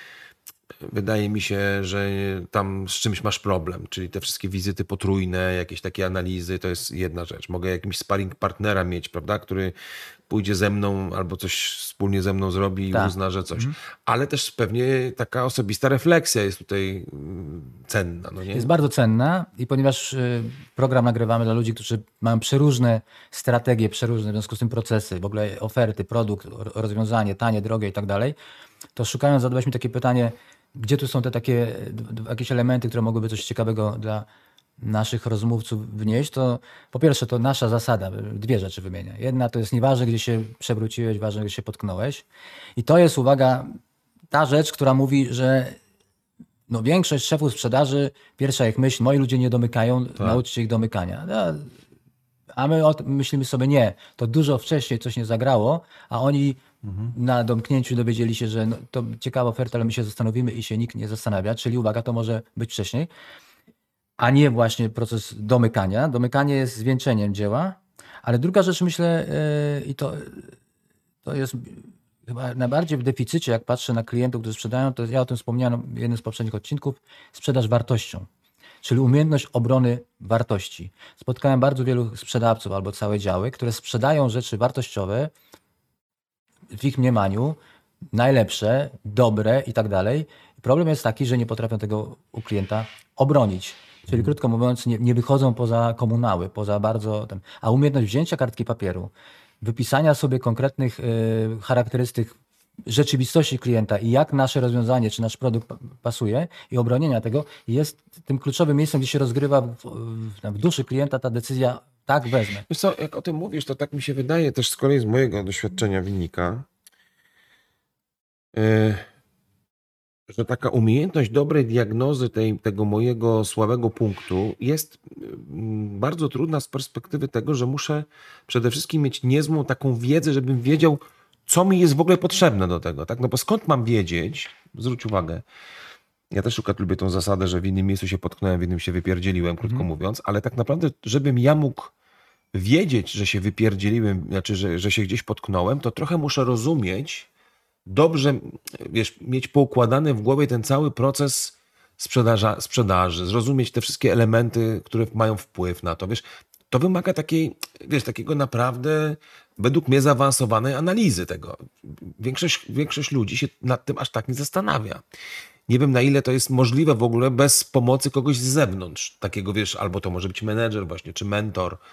wydaje mi się, że tam z czymś masz problem, czyli te wszystkie wizyty potrójne, jakieś takie analizy, to jest jedna rzecz. Mogę jakimś sparring partnera mieć, prawda, który pójdzie ze mną albo coś wspólnie ze mną zrobi i tak. uzna, że coś. Mhm. Ale też pewnie taka osobista refleksja jest tutaj cenna. No nie? Jest bardzo cenna i ponieważ program nagrywamy dla ludzi, którzy mają przeróżne strategie, przeróżne w związku z tym procesy, w ogóle oferty, produkt, rozwiązanie, tanie, drogie i tak dalej, to szukając zadałeś mi takie pytanie, gdzie tu są te takie jakieś elementy, które mogłyby coś ciekawego dla naszych rozmówców wnieść, to po pierwsze to nasza zasada, dwie rzeczy wymienię. Jedna to jest nieważne, gdzie się przewróciłeś, ważne, gdzie się potknąłeś. I to jest, uwaga, ta rzecz, która mówi, że no większość szefów sprzedaży, pierwsza ich myśl, moi ludzie nie domykają, tak. Nauczcie ich domykania. No, a my od, myślimy sobie, nie, to dużo wcześniej coś nie zagrało, a oni mhm. na domknięciu dowiedzieli się, że no, to ciekawa oferta, ale my się zastanowimy i się nikt nie zastanawia, czyli uwaga, to może być wcześniej. A nie właśnie proces domykania. Domykanie jest zwieńczeniem dzieła, ale druga rzecz myślę yy, i to, to jest chyba najbardziej w deficycie, jak patrzę na klientów, którzy sprzedają, to ja o tym wspomniałem w jednym z poprzednich odcinków, sprzedaż wartością, czyli umiejętność obrony wartości. Spotkałem bardzo wielu sprzedawców albo całe działy, które sprzedają rzeczy wartościowe w ich mniemaniu, najlepsze, dobre i tak dalej. Problem jest taki, że nie potrafią tego u klienta obronić. Czyli hmm. krótko mówiąc, nie, nie wychodzą poza komunały, poza bardzo... Ten, a umiejętność wzięcia kartki papieru, wypisania sobie konkretnych y, charakterystyk rzeczywistości klienta i jak nasze rozwiązanie czy nasz produkt pasuje i obronienia tego jest tym kluczowym miejscem, gdzie się rozgrywa w, w, w duszy klienta ta decyzja, tak wezmę. Wiesz co, jak o tym mówisz, to tak mi się wydaje, też z kolei z mojego doświadczenia wynika, yy, że taka umiejętność dobrej diagnozy tej, tego mojego słabego punktu jest bardzo trudna z perspektywy tego, że muszę przede wszystkim mieć niezłą taką wiedzę, żebym wiedział, co mi jest w ogóle potrzebne do tego. Tak? No bo skąd mam wiedzieć? Zwróć uwagę. Ja też szukać lubię tą zasadę, że w innym miejscu się potknąłem, w innym się wypierdzieliłem, krótko mm. mówiąc, ale tak naprawdę, żebym ja mógł wiedzieć, że się wypierdzieliłem, znaczy, że, że się gdzieś potknąłem, to trochę muszę rozumieć, dobrze, wiesz, mieć poukładany w głowie ten cały proces sprzedaża, sprzedaży, zrozumieć te wszystkie elementy, które mają wpływ na to, wiesz, to wymaga takiej, wiesz, takiego naprawdę, według mnie, zaawansowanej analizy tego. Większość, większość ludzi się nad tym aż tak nie zastanawia. Nie wiem, na ile to jest możliwe w ogóle bez pomocy kogoś z zewnątrz. Takiego, wiesz, albo to może być menedżer właśnie, czy mentor,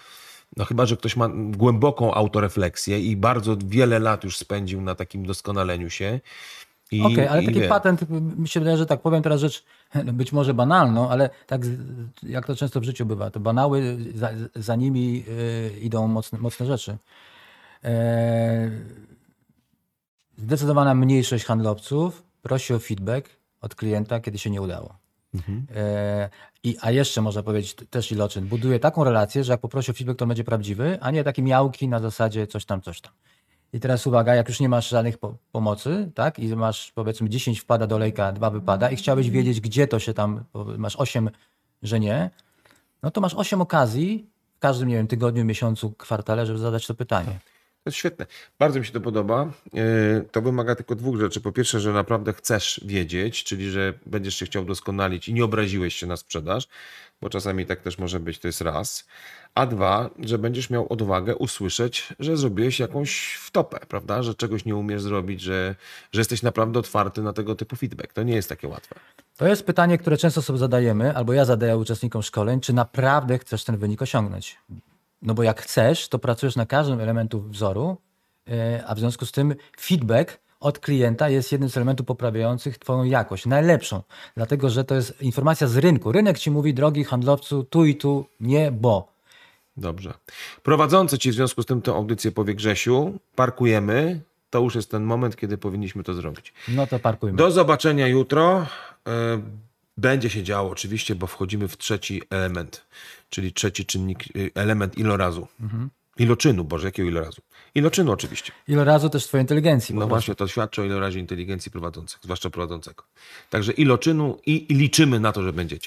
No chyba, że ktoś ma głęboką autorefleksję i bardzo wiele lat już spędził na takim doskonaleniu się. I, Okej, okay, ale i taki wie. patent, mi się wydaje, że tak powiem teraz rzecz być może banalną, ale tak jak to często w życiu bywa, to banały, za, za nimi y, idą mocne, mocne rzeczy. E, zdecydowana mniejszość handlowców prosi o feedback od klienta, kiedy się nie udało. Mhm. E, i, a jeszcze można powiedzieć też Iloczyn buduje taką relację, że jak poprosi o feedback, to będzie prawdziwy, a nie takie miałki na zasadzie coś tam, coś tam. I teraz uwaga, jak już nie masz żadnych po pomocy, tak, i masz powiedzmy dziesięć wpada do lejka, dwa wypada i chciałbyś wiedzieć, gdzie to się tam, masz osiem, że nie, no to masz osiem okazji w każdym, nie wiem, tygodniu, miesiącu, kwartale, żeby zadać to pytanie. To jest świetne. Bardzo mi się to podoba. To wymaga tylko dwóch rzeczy. Po pierwsze, że naprawdę chcesz wiedzieć, czyli że będziesz się chciał doskonalić i nie obraziłeś się na sprzedaż, bo czasami tak też może być, to jest raz. A dwa, że będziesz miał odwagę usłyszeć, że zrobiłeś jakąś wtopę, prawda? Że czegoś nie umiesz zrobić, że, że jesteś naprawdę otwarty na tego typu feedback. To nie jest takie łatwe. To jest pytanie, które często sobie zadajemy, albo ja zadaję uczestnikom szkoleń, czy naprawdę chcesz ten wynik osiągnąć? No bo jak chcesz, to pracujesz na każdym elementu wzoru, a w związku z tym feedback od klienta jest jednym z elementów poprawiających twoją jakość, najlepszą, dlatego że to jest informacja z rynku. Rynek ci mówi, drogi handlowcu, tu i tu nie, bo. Dobrze. Prowadzący ci w związku z tym tę audycję powie: Grzesiu, parkujemy. To już jest ten moment, kiedy powinniśmy to zrobić. No to parkujmy. Do zobaczenia jutro. Będzie się działo oczywiście, bo wchodzimy w trzeci element, czyli trzeci czynnik, element ilorazu. Mhm. Iloczynu, Boże, jakiego ilorazu? Iloczynu oczywiście. Ilorazu też twojej inteligencji. No właśnie, to świadczy o ilorazie inteligencji prowadzących, zwłaszcza prowadzącego. Także iloczynu i, i liczymy na to, że będziecie.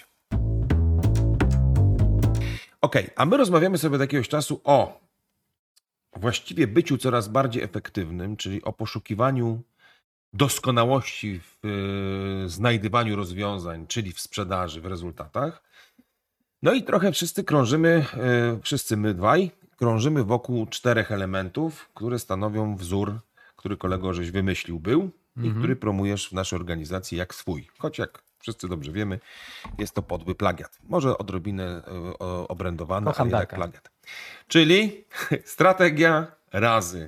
Okej, okay, a my rozmawiamy sobie od jakiegoś czasu o właściwie byciu coraz bardziej efektywnym, czyli o poszukiwaniu doskonałości w y, znajdywaniu rozwiązań, czyli w sprzedaży, w rezultatach. No i trochę wszyscy krążymy, y, wszyscy my dwaj, krążymy wokół czterech elementów, które stanowią wzór, który kolego żeś wymyślił był i mhm. który promujesz w naszej organizacji jak swój. Choć jak wszyscy dobrze wiemy, jest to podły plagiat. Może odrobinę y, obrędowany, ale jednak plagiat. Czyli strategia razy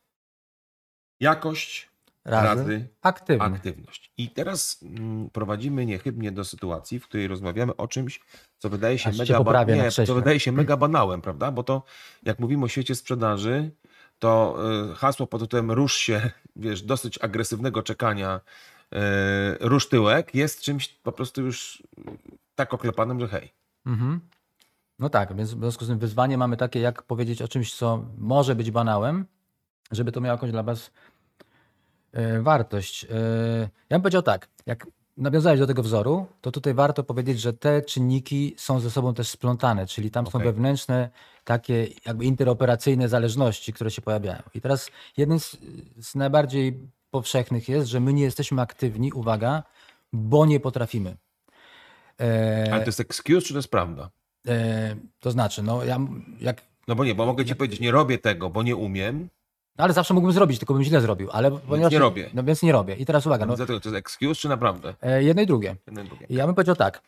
jakość, Razy, razy aktywność. aktywność. I teraz mm, prowadzimy niechybnie do sytuacji, w której rozmawiamy o czymś, co wydaje się, mega, ba- nie, co wydaje się mega banałem, prawda? Bo to, jak mówimy o świecie sprzedaży, to y, hasło pod tytułem rusz się, wiesz, dosyć agresywnego czekania, y, rusz tyłek, jest czymś po prostu już tak oklepanym, że hej. Mhm. No tak, więc w związku z tym wyzwanie mamy takie, jak powiedzieć o czymś, co może być banałem, żeby to miało jakąś dla was wartość. Ja bym powiedział tak, jak nawiązałeś do tego wzoru, to tutaj warto powiedzieć, że te czynniki są ze sobą też splątane, czyli tam okay. są wewnętrzne takie jakby interoperacyjne zależności, które się pojawiają. I teraz jeden z, z najbardziej powszechnych jest, że my nie jesteśmy aktywni, uwaga, bo nie potrafimy. Ale to jest excuse, czy to jest prawda? To znaczy, no ja jak... No bo nie, bo mogę ci jak... powiedzieć, nie robię tego, bo nie umiem. No ale zawsze mógłbym zrobić, tylko bym źle zrobił. Ale więc ponieważ nie robię. No więc nie robię. I teraz uwaga. No, Dlatego to jest excuse, czy naprawdę? E, jedno i drugie. Jedno i drugie. Ja bym powiedział tak.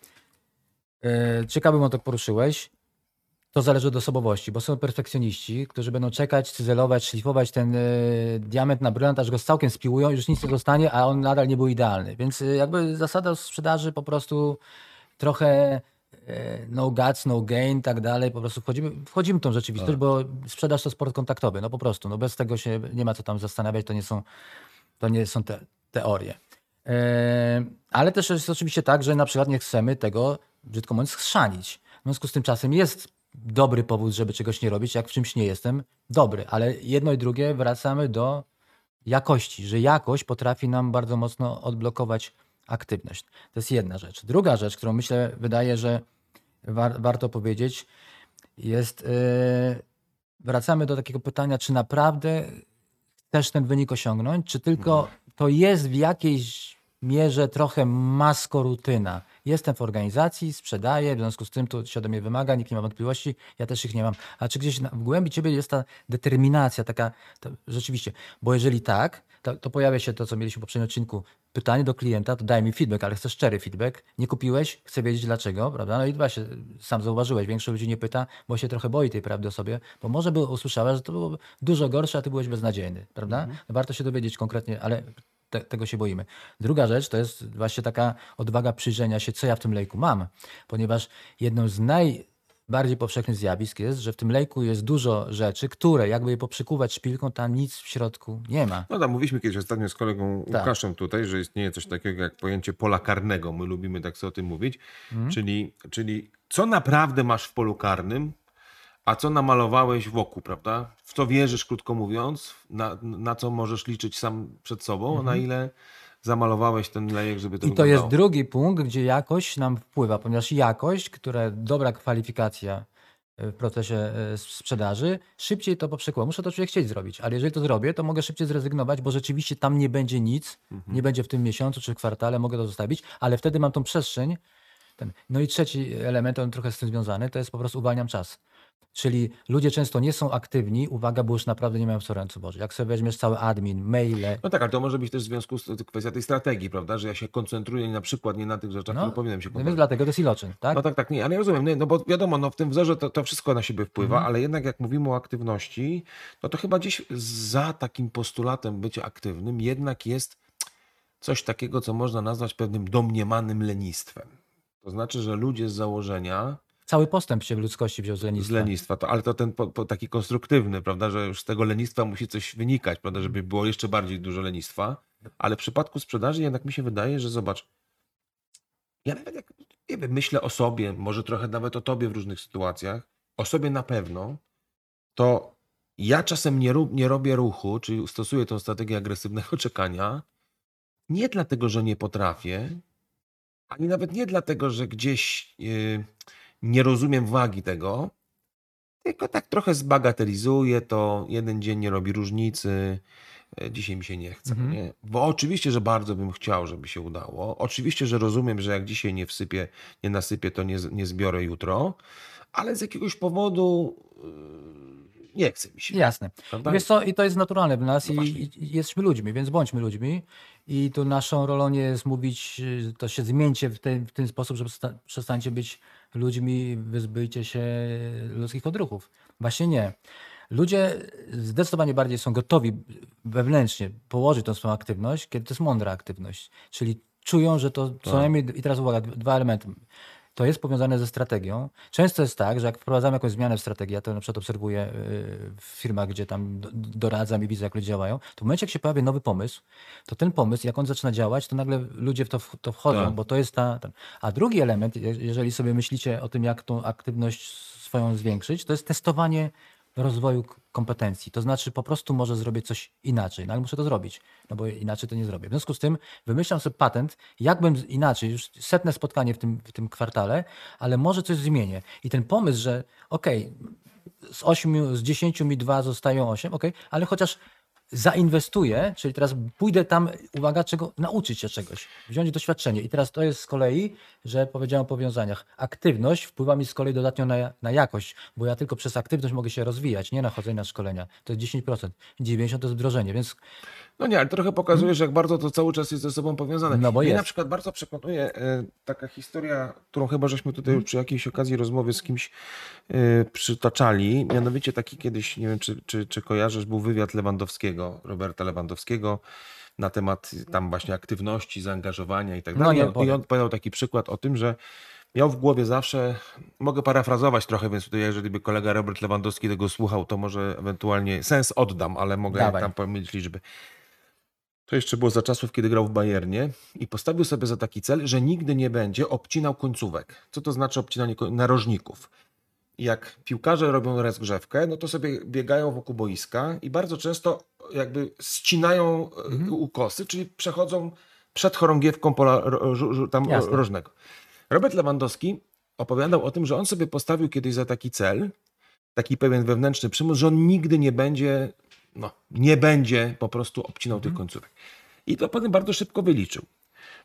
E, ciekawy wątek poruszyłeś. To zależy od osobowości, bo są perfekcjoniści, którzy będą czekać, cyzelować, szlifować ten e, diament na brylant, aż go całkiem spiłują i już nic nie zostanie, a on nadal nie był idealny. Więc e, jakby zasada sprzedaży po prostu trochę no guts, no gain, tak dalej, po prostu wchodzimy, wchodzimy w tą rzeczywistość, tak. Bo sprzedaż to sport kontaktowy, no po prostu, no bez tego się nie ma co tam zastanawiać, to nie są, to nie są te teorie. E, ale też jest oczywiście tak, że na przykład nie chcemy tego, brzydko mówiąc, schrzanić. W związku z tym czasem jest dobry powód, żeby czegoś nie robić, jak w czymś nie jestem dobry, ale jedno i drugie wracamy do jakości, że jakość potrafi nam bardzo mocno odblokować aktywność. To jest jedna rzecz. Druga rzecz, którą myślę, wydaje, że war, warto powiedzieć, jest, yy, wracamy do takiego pytania, czy naprawdę chcesz ten wynik osiągnąć, czy tylko to jest w jakiejś mierze trochę maskorutyna. Jestem w organizacji, sprzedaję, w związku z tym to się ode mnie wymaga, nikt nie ma wątpliwości, ja też ich nie mam. A czy gdzieś na, w głębi ciebie jest ta determinacja taka, to, rzeczywiście, bo jeżeli tak, to, to pojawia się to, co mieliśmy w poprzednim odcinku, pytanie do klienta, to daj mi feedback, ale chcę szczery feedback. Nie kupiłeś, chcę wiedzieć dlaczego, prawda? No i właśnie, sam zauważyłeś, większość ludzi nie pyta, bo się trochę boi tej prawdy o sobie, bo może by usłyszała, że to było dużo gorsze, a ty byłeś beznadziejny, prawda? Mhm. No warto się dowiedzieć konkretnie, ale te, tego się boimy. Druga rzecz to jest właśnie taka odwaga przyjrzenia się, co ja w tym lejku mam, ponieważ jedną z najbardziej powszechnych zjawisk jest, że w tym lejku jest dużo rzeczy, które jakby je poprzykuwać szpilką, tam nic w środku nie ma. No tam mówiliśmy kiedyś ostatnio z kolegą Tak. Łukaszem tutaj, że istnieje coś takiego jak pojęcie pola karnego. My lubimy tak sobie o tym mówić. Mhm. Czyli, czyli co naprawdę masz w polu karnym, a co namalowałeś wokół, prawda? W co wierzysz, krótko mówiąc, na, na co możesz liczyć sam przed sobą, a na ile zamalowałeś ten lejek, żeby to I to wyglądało. jest drugi punkt, gdzie jakość nam wpływa, ponieważ jakość, która dobra kwalifikacja w procesie e, sprzedaży, szybciej to poprzekła. Muszę to człowiek chcieć zrobić, ale jeżeli to zrobię, to mogę szybciej zrezygnować, bo rzeczywiście tam nie będzie nic, nie będzie w tym miesiącu czy w kwartale, mogę to zostawić, ale wtedy mam tą przestrzeń. Ten. No i trzeci element, on trochę z tym związany, to jest po prostu uwalniam czas. Czyli ludzie często nie są aktywni, uwaga, bo już naprawdę nie mają co ręce Boże. Jak sobie weźmiesz cały admin, maile, No tak, ale to może być też w związku z to kwestia tej strategii, prawda? Że ja się koncentruję na przykład nie na tych rzeczach, no, które powinienem się no więc koncentrować. dlatego to jest iloczyn, tak? No tak, tak, nie, ale ja rozumiem, nie, no bo wiadomo, no w tym wzorze to, to wszystko na siebie wpływa, Mhm. ale jednak jak mówimy o aktywności, no to chyba gdzieś za takim postulatem bycia aktywnym jednak jest coś takiego, co można nazwać pewnym domniemanym lenistwem. To znaczy, że ludzie z założenia, Cały postęp się w ludzkości wziął z z lenistwa. lenistwa, to, ale to ten po, po taki konstruktywny, prawda, że już z tego lenistwa musi coś wynikać, prawda, żeby było jeszcze bardziej dużo lenistwa, ale w przypadku sprzedaży jednak mi się wydaje, że zobacz, ja nawet jak, nie wiem, myślę o sobie, może trochę nawet o tobie w różnych sytuacjach, o sobie na pewno, to ja czasem nie, rób, nie robię ruchu, czyli stosuję tą strategię agresywnego czekania, nie dlatego, że nie potrafię, ani nawet nie dlatego, że gdzieś yy, nie rozumiem wagi tego, tylko tak trochę zbagatelizuję to, jeden dzień nie robi różnicy, yy, dzisiaj mi się nie chce. Mhm. Nie? Bo oczywiście, że bardzo bym chciał, żeby się udało. Oczywiście, że rozumiem, że jak dzisiaj nie wsypię, nie nasypię, to nie, z- nie zbiorę jutro, ale z jakiegoś powodu yy, nie chce mi się. Jasne. Prawda? I wiesz co, i to jest naturalne w nas No i, właśnie. i i jesteśmy ludźmi, więc bądźmy ludźmi. I tu naszą rolą nie jest mówić, y, to się zmieńcie w ten, w ten sposób, że przesta- przestańcie być ludźmi, wyzbyjcie się ludzkich odruchów. Właśnie nie. Ludzie zdecydowanie bardziej są gotowi wewnętrznie położyć tą swoją aktywność, kiedy to jest mądra aktywność. Czyli czują, że to co Tak. najmniej, i teraz uwaga, dwa elementy. To jest powiązane ze strategią. Często jest tak, że jak wprowadzamy jakąś zmianę w strategii, ja to na przykład obserwuję y, w firmach, gdzie tam do- doradzam i widzę, jak ludzie działają, to w momencie, jak się pojawia nowy pomysł, to ten pomysł, jak on zaczyna działać, to nagle ludzie w to, w- to wchodzą, Tak. bo to jest ta, ta... A drugi element, je- jeżeli sobie myślicie o tym, jak tą aktywność swoją zwiększyć, to jest testowanie rozwoju k- kompetencji. To znaczy po prostu może zrobię coś inaczej, no ale muszę to zrobić, no bo inaczej to nie zrobię. W związku z tym wymyślam sobie patent, jakbym z- inaczej, już setne spotkanie w tym, w tym kwartale, ale może coś zmienię. I ten pomysł, że okej, z ośmiu, z dziesięciu mi dwa zostają osiem, okej, ale chociaż zainwestuję, czyli teraz pójdę tam, uwaga, czego, nauczyć się czegoś, wziąć doświadczenie. I teraz to jest z kolei, że powiedziałem o powiązaniach. Aktywność wpływa mi z kolei dodatnio na, na jakość, bo ja tylko przez aktywność mogę się rozwijać, nie na chodzenie na szkolenia. To jest dziesięć procent, dziewięćdziesiąt procent to jest wdrożenie, więc No nie, ale trochę pokazujesz, jak bardzo to cały czas jest ze sobą powiązane. No bo Mnie jest. na przykład bardzo przekonuje e, taka historia, którą chyba żeśmy tutaj już przy jakiejś okazji rozmowy z kimś e, przytaczali. Mianowicie taki kiedyś, nie wiem czy, czy, czy kojarzysz, był wywiad Lewandowskiego, Roberta Lewandowskiego na temat tam właśnie aktywności, zaangażowania i tak No dalej. nie I on- I powiem. on podał taki przykład o tym, że miał w głowie zawsze, mogę parafrazować trochę, więc tutaj jeżeli by kolega Robert Lewandowski tego słuchał, to może ewentualnie sens oddam, ale mogę Dawaj. tam pomylić liczby. To jeszcze było za czasów, kiedy grał w Bayernie i postawił sobie za taki cel, że nigdy nie będzie obcinał końcówek. Co to znaczy obcinanie koń- narożników? Jak piłkarze robią rozgrzewkę, no to sobie biegają wokół boiska i bardzo często jakby ścinają e, ukosy, czyli przechodzą przed chorągiewką pola ro, ro, ro, tam Jasne. rożnego. Robert Lewandowski opowiadał o tym, że on sobie postawił kiedyś za taki cel, taki pewien wewnętrzny przymus, że on nigdy nie będzie, no, nie będzie po prostu obcinał tych końcówek. I to potem bardzo szybko wyliczył,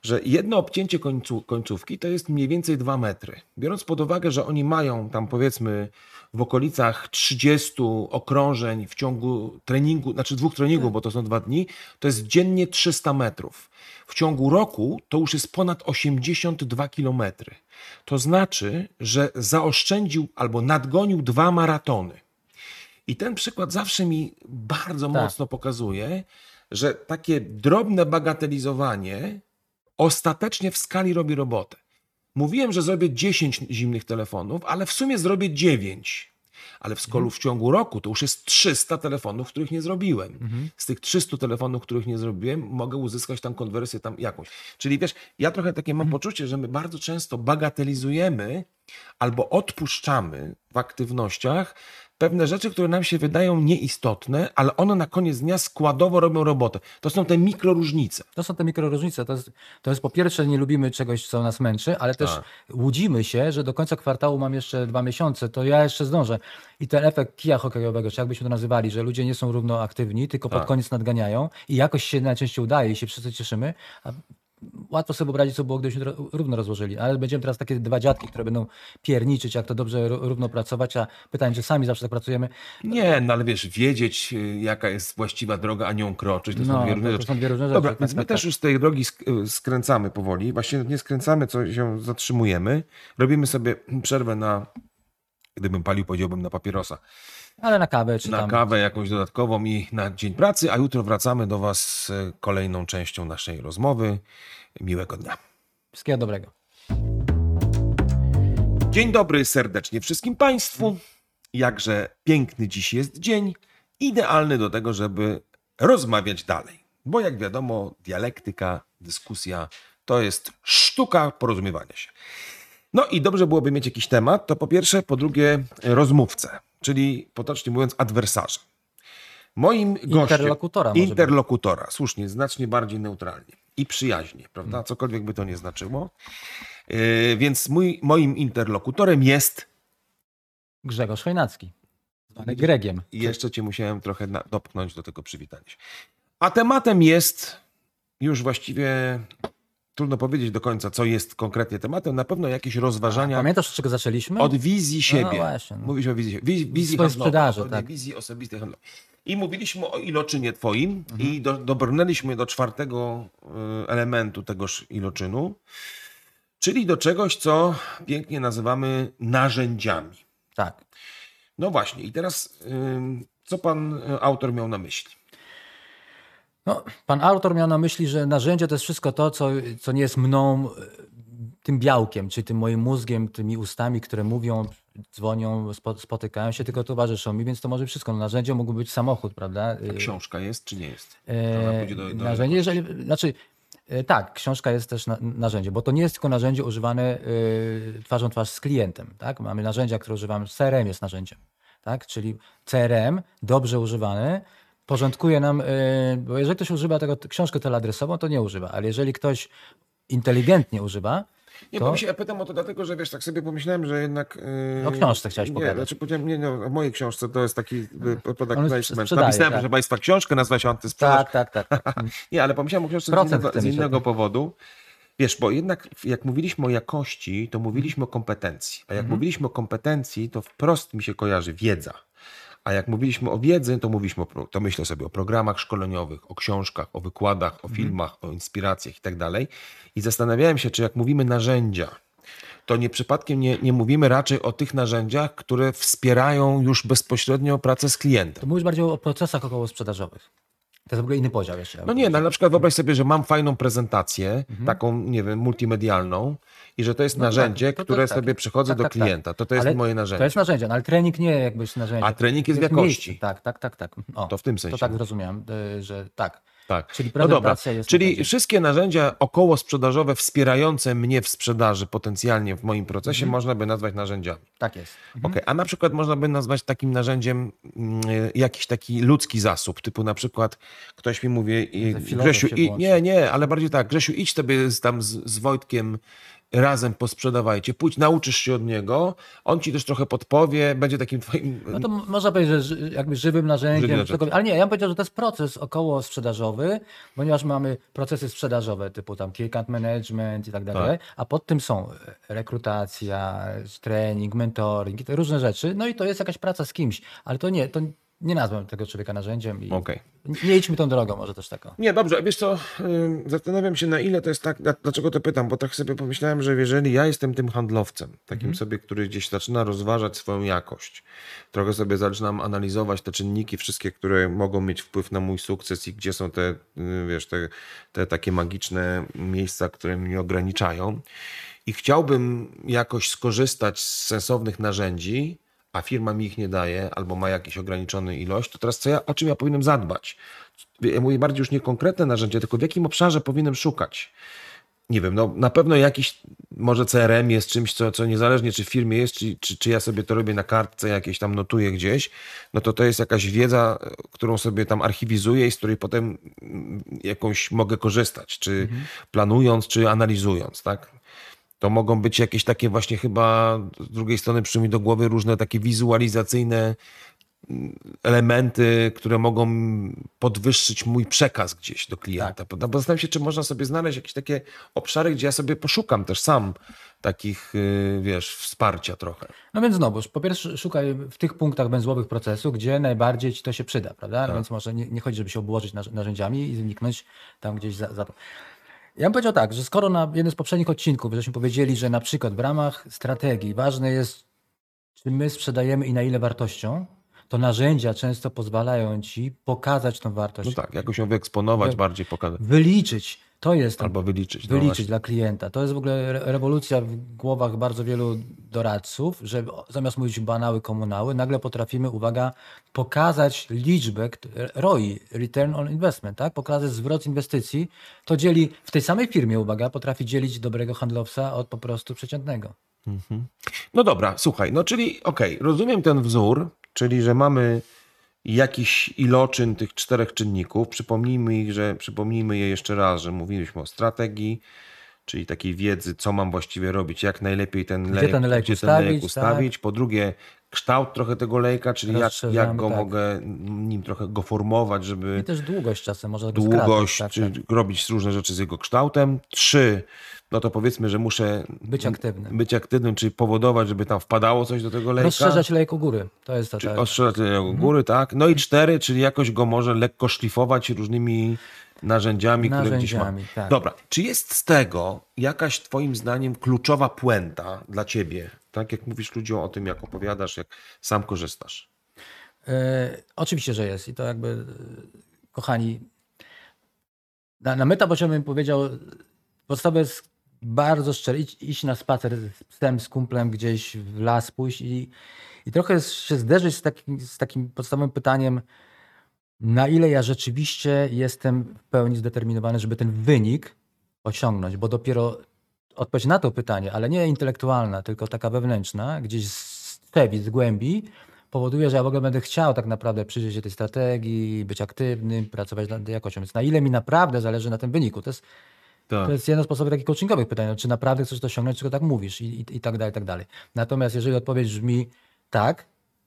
że jedno obcięcie końcu, końcówki to jest mniej więcej dwa metry. Biorąc pod uwagę, że oni mają tam powiedzmy w okolicach trzydziestu okrążeń w ciągu treningu, znaczy dwóch treningów, bo to są dwa dni, to jest dziennie trzysta metrów. W ciągu roku to już jest ponad osiemdziesiąt dwa kilometry. To znaczy, że zaoszczędził albo nadgonił dwa maratony. I ten przykład zawsze mi bardzo Tak. mocno pokazuje, że takie drobne bagatelizowanie ostatecznie w skali robi robotę. Mówiłem, że zrobię dziesięć zimnych telefonów, ale w sumie zrobię dziewięć. Ale w skolu w ciągu roku to już jest trzysta telefonów, których nie zrobiłem. Mhm. Z tych trzystu telefonów, których nie zrobiłem, mogę uzyskać tam konwersję tam jakąś. Czyli wiesz, ja trochę takie mam poczucie, że my bardzo często bagatelizujemy albo odpuszczamy w aktywnościach pewne rzeczy, które nam się wydają nieistotne, ale one na koniec dnia składowo robią robotę. To są te mikroróżnice. To są te mikroróżnice. To jest, to jest po pierwsze, nie lubimy czegoś, co nas męczy, ale też Tak. łudzimy się, że do końca kwartału mam jeszcze dwa miesiące, to ja jeszcze zdążę. I ten efekt kija hokejowego, czy jakbyśmy to nazywali, że ludzie nie są równo aktywni, tylko pod Tak. koniec nadganiają i jakoś się najczęściej udaje i się wszyscy cieszymy. A łatwo sobie wyobrazić, co było, gdybyśmy to równo rozłożyli. Ale będziemy teraz takie dwa dziadki, które będą pierniczyć, jak to dobrze ró- równo pracować, a pytanie, czy sami zawsze tak pracujemy. Nie, no ale wiesz, wiedzieć, y, jaka jest właściwa droga, a nią kroczyć, to są No, dwie różne to, to rzeczy. są dwie różne rzeczy. Dobra, tak, więc my tak, też tak. już z tej drogi sk- y, skręcamy powoli. Właściwie nie skręcamy, co się zatrzymujemy. Robimy sobie przerwę na, gdybym palił, powiedziałbym na papierosa, Ale na kawę, czy na tam... kawę jakąś dodatkową i na dzień pracy, a jutro wracamy do Was z kolejną częścią naszej rozmowy. Miłego dnia. Wszystkiego dobrego. Dzień dobry serdecznie wszystkim Państwu. Jakże piękny dziś jest dzień, idealny do tego, żeby rozmawiać dalej. Bo jak wiadomo, dialektyka, dyskusja to jest sztuka porozumiewania się. No i dobrze byłoby mieć jakiś temat, to po pierwsze, po drugie rozmówcę, czyli potocznie mówiąc adwersarza. Moim gościem, Interlokutora może być. interlokutora, słusznie, znacznie bardziej neutralnie i przyjaźnie, prawda? Hmm. Cokolwiek by to nie znaczyło. Yy, więc mój, moim interlokutorem jest, Grzegorz Chojnacki, zwany Gregiem. i jeszcze cię musiałem trochę na, dopchnąć do tego przywitania się. A tematem jest, już właściwie trudno powiedzieć do końca, co jest konkretnie tematem, na pewno jakieś rozważania Pamiętasz, od czego zaczęliśmy? od wizji siebie. właśnie, no. Mówiliśmy o wizji, wiz, wizji Swojej handlowej, sprzedaży, o tej tak. wizji osobistej handlowej. I mówiliśmy o iloczynie twoim Mhm. i do, dobrnęliśmy do czwartego y, elementu tegoż iloczynu, czyli do czegoś, co pięknie nazywamy narzędziami. Tak. No właśnie, i teraz ym, co pan y, autor miał na myśli? No, pan autor miał na myśli, że narzędzie to jest wszystko to, co, co nie jest mną, e, tym białkiem, czyli tym moim mózgiem, tymi ustami, które mówią, dzwonią, spo, spotykają się, tylko towarzyszą mi, więc to może wszystko. No, narzędzie mógł być samochód, prawda? A książka jest, czy nie jest? E, Ona pójdzie do- do- narzędzie, jeżeli, znaczy, e, tak, książka jest też na, narzędzie, bo to nie jest tylko narzędzie używane e, twarzą w twarz z klientem. Tak? Mamy narzędzia, które używamy, C R M jest narzędziem, tak? Czyli C R M dobrze używany porządkuje nam, e, bo jeżeli ktoś używa tego książkę teleadresową, to nie używa, ale jeżeli ktoś inteligentnie używa, Nie, to bo mi się, ja pytam o to dlatego, że wiesz, tak sobie pomyślałem, że jednak... Yy, O książce chciałeś nie, pogadać. znaczy powiedziałem, nie, no, o mojej książce to jest taki yy, product On placement. sprzedaje, Napisałem, tak. proszę Państwa, książkę, nazywa się Antysprzedaż. tak, tak, tak. tak. Nie, ale pomyślałem o książce z Procent innego, chce z mieć innego od- powodu. Wiesz, bo jednak jak mówiliśmy o jakości, to mówiliśmy o kompetencji. A jak Mhm. mówiliśmy o kompetencji, to wprost mi się kojarzy wiedza. A jak mówiliśmy o wiedzy, to mówiliśmy o, pro- to myślę sobie o programach szkoleniowych, o książkach, o wykładach, o filmach, o inspiracjach i tak dalej. I zastanawiałem się, czy jak mówimy narzędzia, to nie przypadkiem nie, nie mówimy raczej o tych narzędziach, które wspierają już bezpośrednio pracę z klientem. To mówisz bardziej o procesach okołosprzedażowych. To jest w ogóle inny podział jeszcze. No nie, no, na przykład wyobraź sobie, że mam fajną prezentację, Mhm. taką, nie wiem, multimedialną i że to jest No narzędzie, tak, to- to które tak. sobie przychodzę Tak, do tak, tak. klienta. To to jest Ale moje narzędzie. To jest narzędzie, no ale trening nie jakbyś narzędzie. A trening jest w miejsce. jakości. Tak, tak, tak, tak. O, To w tym sensie To tak mówię. zrozumiałem, y, że tak. Tak. Czyli No dobra, prezentacja jest czyli narzędziem. wszystkie narzędzia około sprzedażowe wspierające mnie w sprzedaży potencjalnie w moim procesie Mhm. można by nazwać narzędziami. Tak jest. Okej, a na przykład można by nazwać takim narzędziem mm, jakiś taki ludzki zasób, typu na przykład ktoś mi mówi, i- Że filozof Grzesiu, się i, włączy. nie, nie, ale bardziej tak, Grzesiu, idź sobie z, tam z, z Wojtkiem razem posprzedawajcie, pójdź, nauczysz się od niego, on ci też trochę podpowie, będzie takim twoim... No to m- można powiedzieć, że ży- jakby żywym narzędziem. Żywym narzędziem. cokolwiek. Ale nie, ja bym powiedział, że to jest proces około sprzedażowy, ponieważ mamy procesy sprzedażowe typu tam key account management i tak dalej, a pod tym są rekrutacja, trening, mentoring i te różne rzeczy. No i to jest jakaś praca z kimś, ale to nie, to nie nazwę tego człowieka narzędziem i Okej. nie idźmy tą drogą, może też taką. Nie, dobrze, wiesz co, ym, zastanawiam się, na ile to jest tak, dla- dlaczego to pytam, bo tak sobie pomyślałem, że jeżeli ja jestem tym handlowcem, takim sobie, który gdzieś zaczyna rozważać swoją jakość, trochę sobie zaczynam analizować te czynniki wszystkie, które mogą mieć wpływ na mój sukces i gdzie są te, y, wiesz, te, te takie magiczne miejsca, które mnie ograniczają i chciałbym jakoś skorzystać z sensownych narzędzi, a firma mi ich nie daje, albo ma jakąś ograniczoną ilość, to teraz co ja, o czym ja powinienem zadbać? Ja mówię bardziej już nie konkretne narzędzie, tylko w jakim obszarze powinienem szukać. Nie wiem, no na pewno jakiś, może C R M jest czymś, co, co niezależnie czy w firmie jest, czy, czy, czy ja sobie to robię na kartce, jakieś tam notuję gdzieś, no to to jest jakaś wiedza, którą sobie tam archiwizuję i z której potem mm, jakąś mogę korzystać, czy planując, czy analizując, tak? To mogą być jakieś takie właśnie chyba, z drugiej strony przyszły mi do głowy różne takie wizualizacyjne elementy, które mogą podwyższyć mój przekaz gdzieś do klienta. Tak. Bo zastanawiam się, czy można sobie znaleźć jakieś takie obszary, gdzie ja sobie poszukam też sam takich, yy, wiesz, wsparcia trochę. No więc znowu, po pierwsze szukaj w tych punktach węzłowych procesu, gdzie najbardziej ci to się przyda, prawda? No więc może nie, nie chodzi, żeby się obłożyć narz- narzędziami i zniknąć tam gdzieś za, za to. Ja bym powiedział tak, że skoro na jednym z poprzednich odcinków żeśmy powiedzieli, że na przykład w ramach strategii ważne jest, czy my sprzedajemy i na ile wartością, to narzędzia często pozwalają ci pokazać tą wartość. No tak, jakoś ją wyeksponować, Wy- bardziej pokazać. Wyliczyć. To jest ten, Albo wyliczyć. no wyliczyć właśnie. dla klienta. To jest w ogóle re- rewolucja w głowach bardzo wielu doradców, że o- zamiast mówić banały, komunały, nagle potrafimy, uwaga, pokazać liczbę kt- R O I, Return on Investment, tak? Pokazać zwrot inwestycji. To dzieli w tej samej firmie, uwaga, potrafi dzielić dobrego handlowca od po prostu przeciętnego. No dobra, słuchaj, no czyli okej, rozumiem ten wzór, czyli że mamy jakiś iloczyn tych czterech czynników. Przypomnijmy ich, że przypomnijmy je jeszcze raz, że mówiliśmy o strategii, czyli takiej wiedzy, co mam właściwie robić, jak najlepiej ten lejek, ten lejek gdzie ustawić, ten lejek ustawić. Po drugie, kształt trochę tego lejka, czyli jak, Rozszerzamy, jak go tak. mogę nim trochę go formować, żeby I też długość czasem może go długość, skracać, czy tak, tak. robić różne rzeczy z jego kształtem. Trzy, no to powiedzmy, że muszę Być aktywnym. być aktywnym, czyli powodować, żeby tam wpadało coś do tego lejka. Rozszerzać lejek u góry. To jest to. Czy Tak. ostrzelać do góry, tak. No i cztery, czyli jakoś go może lekko szlifować różnymi narzędziami, które gdzieś ma. Narzędziami, tak. Dobra, czy jest z tego jakaś twoim zdaniem kluczowa puenta dla ciebie? Tak jak mówisz ludziom o tym, jak opowiadasz, jak sam korzystasz. E, oczywiście, że jest. I to jakby, e, kochani, na, na metapoziomie bym powiedział, podstawa jest bardzo szczery. Idź, iść na spacer z psem, z kumplem gdzieś w las, pójść i, i trochę się zderzyć z takim, z takim podstawowym pytaniem, na ile ja rzeczywiście jestem w pełni zdeterminowany, żeby ten wynik osiągnąć, bo dopiero odpowiedź na to pytanie, ale nie intelektualna, tylko taka wewnętrzna, gdzieś z trzewi, z głębi, powoduje, że ja w ogóle będę chciał tak naprawdę przyjrzeć się tej strategii, być aktywnym, pracować nad jakością. Więc na ile mi naprawdę zależy na tym wyniku? To jest, Tak. to jest jeden z sposobów takich coachingowych pytań. No, czy naprawdę chcesz to osiągnąć, czy tylko tak mówisz i, i, i tak dalej, i tak dalej. Natomiast jeżeli odpowiedź brzmi tak,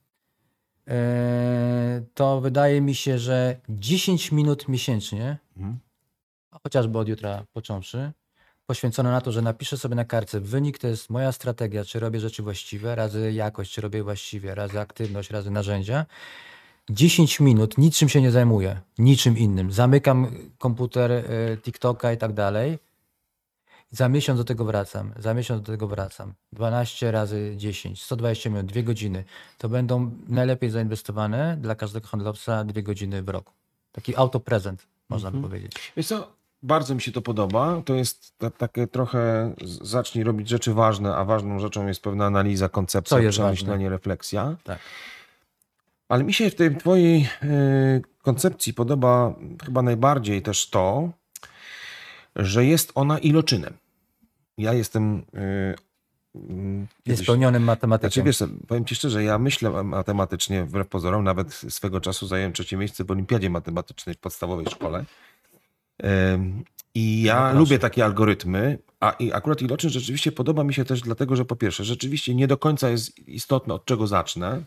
e, to wydaje mi się, że dziesięć minut miesięcznie, Mhm. a chociażby od jutra począwszy, poświęcone na to, że napiszę sobie na kartce wynik, to jest moja strategia, czy robię rzeczy właściwe, razy jakość, czy robię właściwie, razy aktywność, razy narzędzia. dziesięć minut, niczym się nie zajmuję, niczym innym. Zamykam komputer, y, TikToka i tak dalej. Za miesiąc do tego wracam, za miesiąc do tego wracam. dwanaście razy dziesięć, sto dwadzieścia minut, dwie godziny. To będą najlepiej zainwestowane dla każdego handlowca dwie godziny w roku. Taki autoprezent, można by powiedzieć. Wiesz co, bardzo mi się to podoba. To jest ta, takie trochę z- zacznij robić rzeczy ważne, a ważną rzeczą jest pewna analiza, koncepcja, Co jest przemyślenie, refleksja. Tak. Ale mi się w tej twojej y, koncepcji podoba chyba najbardziej też to, że jest ona iloczynem. Ja jestem y, mm, kiedyś- Niespełnionym Znaczy, matematykiem. wiesz, powiem ci szczerze, ja myślę matematycznie wbrew pozorom, nawet swego czasu zająłem trzecie miejsce w olimpiadzie matematycznej w podstawowej szkole. Ym, I ja No proszę. lubię takie algorytmy, a i akurat iloczyn rzeczywiście podoba mi się też dlatego, że po pierwsze, rzeczywiście nie do końca jest istotne, od czego zacznę,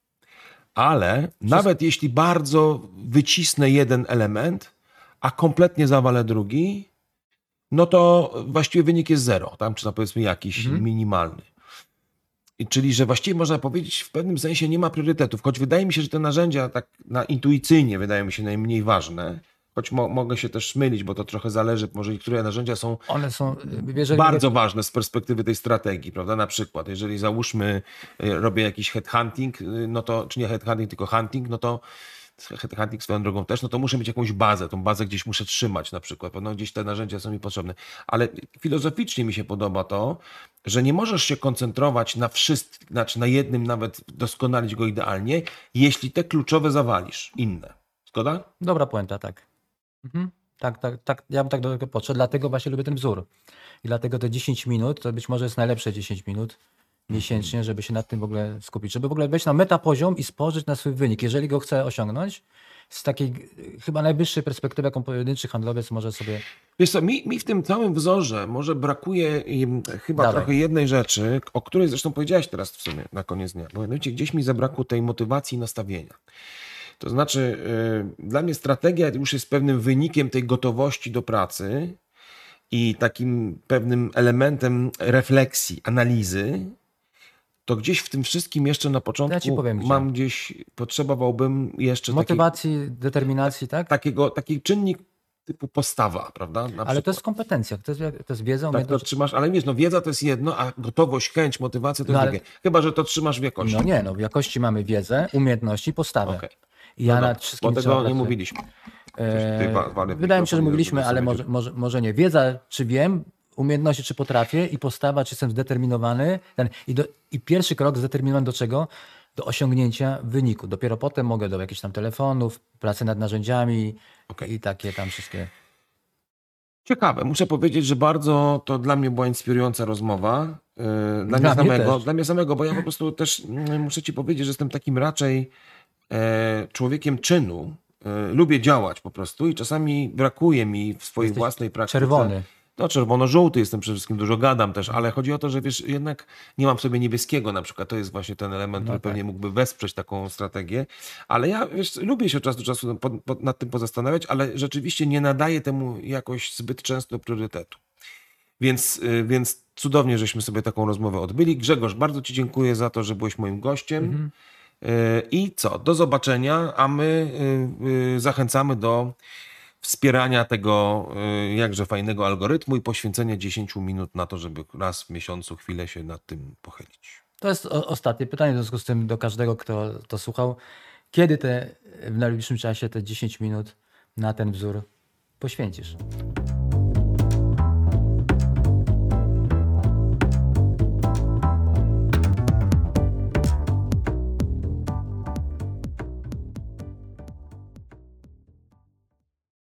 ale nawet jeśli bardzo wycisnę jeden element, a kompletnie zawalę drugi, no to właściwie wynik jest zero, tam, czy tam powiedzmy jakiś Mhm. minimalny. I czyli, że właściwie można powiedzieć, w pewnym sensie nie ma priorytetów, choć wydaje mi się, że te narzędzia tak na intuicyjnie wydają mi się najmniej ważne, choć mo mogę się też mylić, bo to trochę zależy, może niektóre narzędzia są One są, jeżeli bardzo ważne z perspektywy tej strategii, prawda? Na przykład, jeżeli załóżmy, y, robię jakiś headhunting, y, no to, czy nie headhunting, tylko hunting, no to headhunting swoją drogą też, no to muszę mieć jakąś bazę, tą bazę gdzieś muszę trzymać na przykład, no gdzieś te narzędzia są mi potrzebne, ale filozoficznie mi się podoba to, że nie możesz się koncentrować na wszystkim, znaczy na jednym nawet doskonalić go idealnie, jeśli te kluczowe zawalisz, inne. Zgoda? Dobra puenta, tak. Mhm. Tak, tak, tak. Ja bym tak do tego podszedł, dlatego właśnie lubię ten wzór. I dlatego te dziesięć minut, to być może jest najlepsze dziesięć minut miesięcznie, żeby się nad tym w ogóle skupić. Żeby w ogóle wejść na metapoziom i spojrzeć na swój wynik, jeżeli go chcę osiągnąć. Z takiej y, chyba najwyższej perspektywy, jaką pojedynczy handlowiec może sobie... Wiesz co, mi, mi w tym całym wzorze może brakuje im chyba Dawaj. trochę jednej rzeczy, o której zresztą powiedziałeś teraz w sumie na koniec dnia. Bo mianowicie gdzieś mi zabrakło tej motywacji i nastawienia. To znaczy, yy, dla mnie strategia już jest pewnym wynikiem tej gotowości do pracy i takim pewnym elementem refleksji, analizy. To gdzieś w tym wszystkim jeszcze na początku ci powiem gdzie. mam gdzieś, potrzebowałbym jeszcze takiej, Motywacji, determinacji, tak? takiego, taki czynnik typu postawa, prawda? Na Ale przykład. to jest kompetencja, to jest, to jest wiedza, Tak, to umiejętność. trzymasz, ale wiesz, no wiedza to jest jedno, a gotowość, chęć, motywacja to No jest ale- drugie. Chyba, że to trzymasz w jakości. No nie, no w jakości mamy wiedzę, umiejętności, postawę. Okej. I ja No nad dobra, wszystkim bo trzeba tego nie pracuję. mówiliśmy. Eee, Ty, wa- walę w Wydaje mi się, że mikrofon, mówiliśmy, żeby ale sobie może, tu- może, może nie. Wiedza, czy wiem, umiejętności, czy potrafię i postawa, czy jestem zdeterminowany. Ten, i, do, I pierwszy krok zdeterminowany do czego? Do osiągnięcia wyniku. Dopiero potem mogę do jakichś tam telefonów, pracy nad narzędziami Okej. i takie tam wszystkie. Ciekawe. Muszę powiedzieć, że bardzo to dla mnie była inspirująca rozmowa. Yy, Dla, Dla mnie mnie samego, też. dla mnie samego, bo ja po prostu też mm, muszę ci powiedzieć, że jestem takim raczej e, człowiekiem czynu. E, lubię działać po prostu i czasami brakuje mi w swojej Jesteś własnej praktyce. czerwony. No czerwono-żółty jestem przede wszystkim, dużo gadam też, ale chodzi o to, że wiesz, jednak nie mam w sobie niebieskiego na przykład, to jest właśnie ten element, który tak. pewnie mógłby wesprzeć taką strategię, ale ja wiesz, lubię się od czasu do czasu po, po, nad tym pozastanawiać, ale rzeczywiście nie nadaję temu jakoś zbyt często priorytetu. Więc, y, więc cudownie, żeśmy sobie taką rozmowę odbyli. Grzegorz, bardzo ci dziękuję za to, że byłeś moim gościem. Y, I co? Do zobaczenia, a my y, y, zachęcamy do wspierania tego y, jakże fajnego algorytmu i poświęcenia dziesięć minut na to, żeby raz w miesiącu chwilę się nad tym pochylić. To jest o, ostatnie pytanie w związku z tym do każdego, kto to słuchał. Kiedy te w najbliższym czasie te dziesięć minut na ten wzór poświęcisz?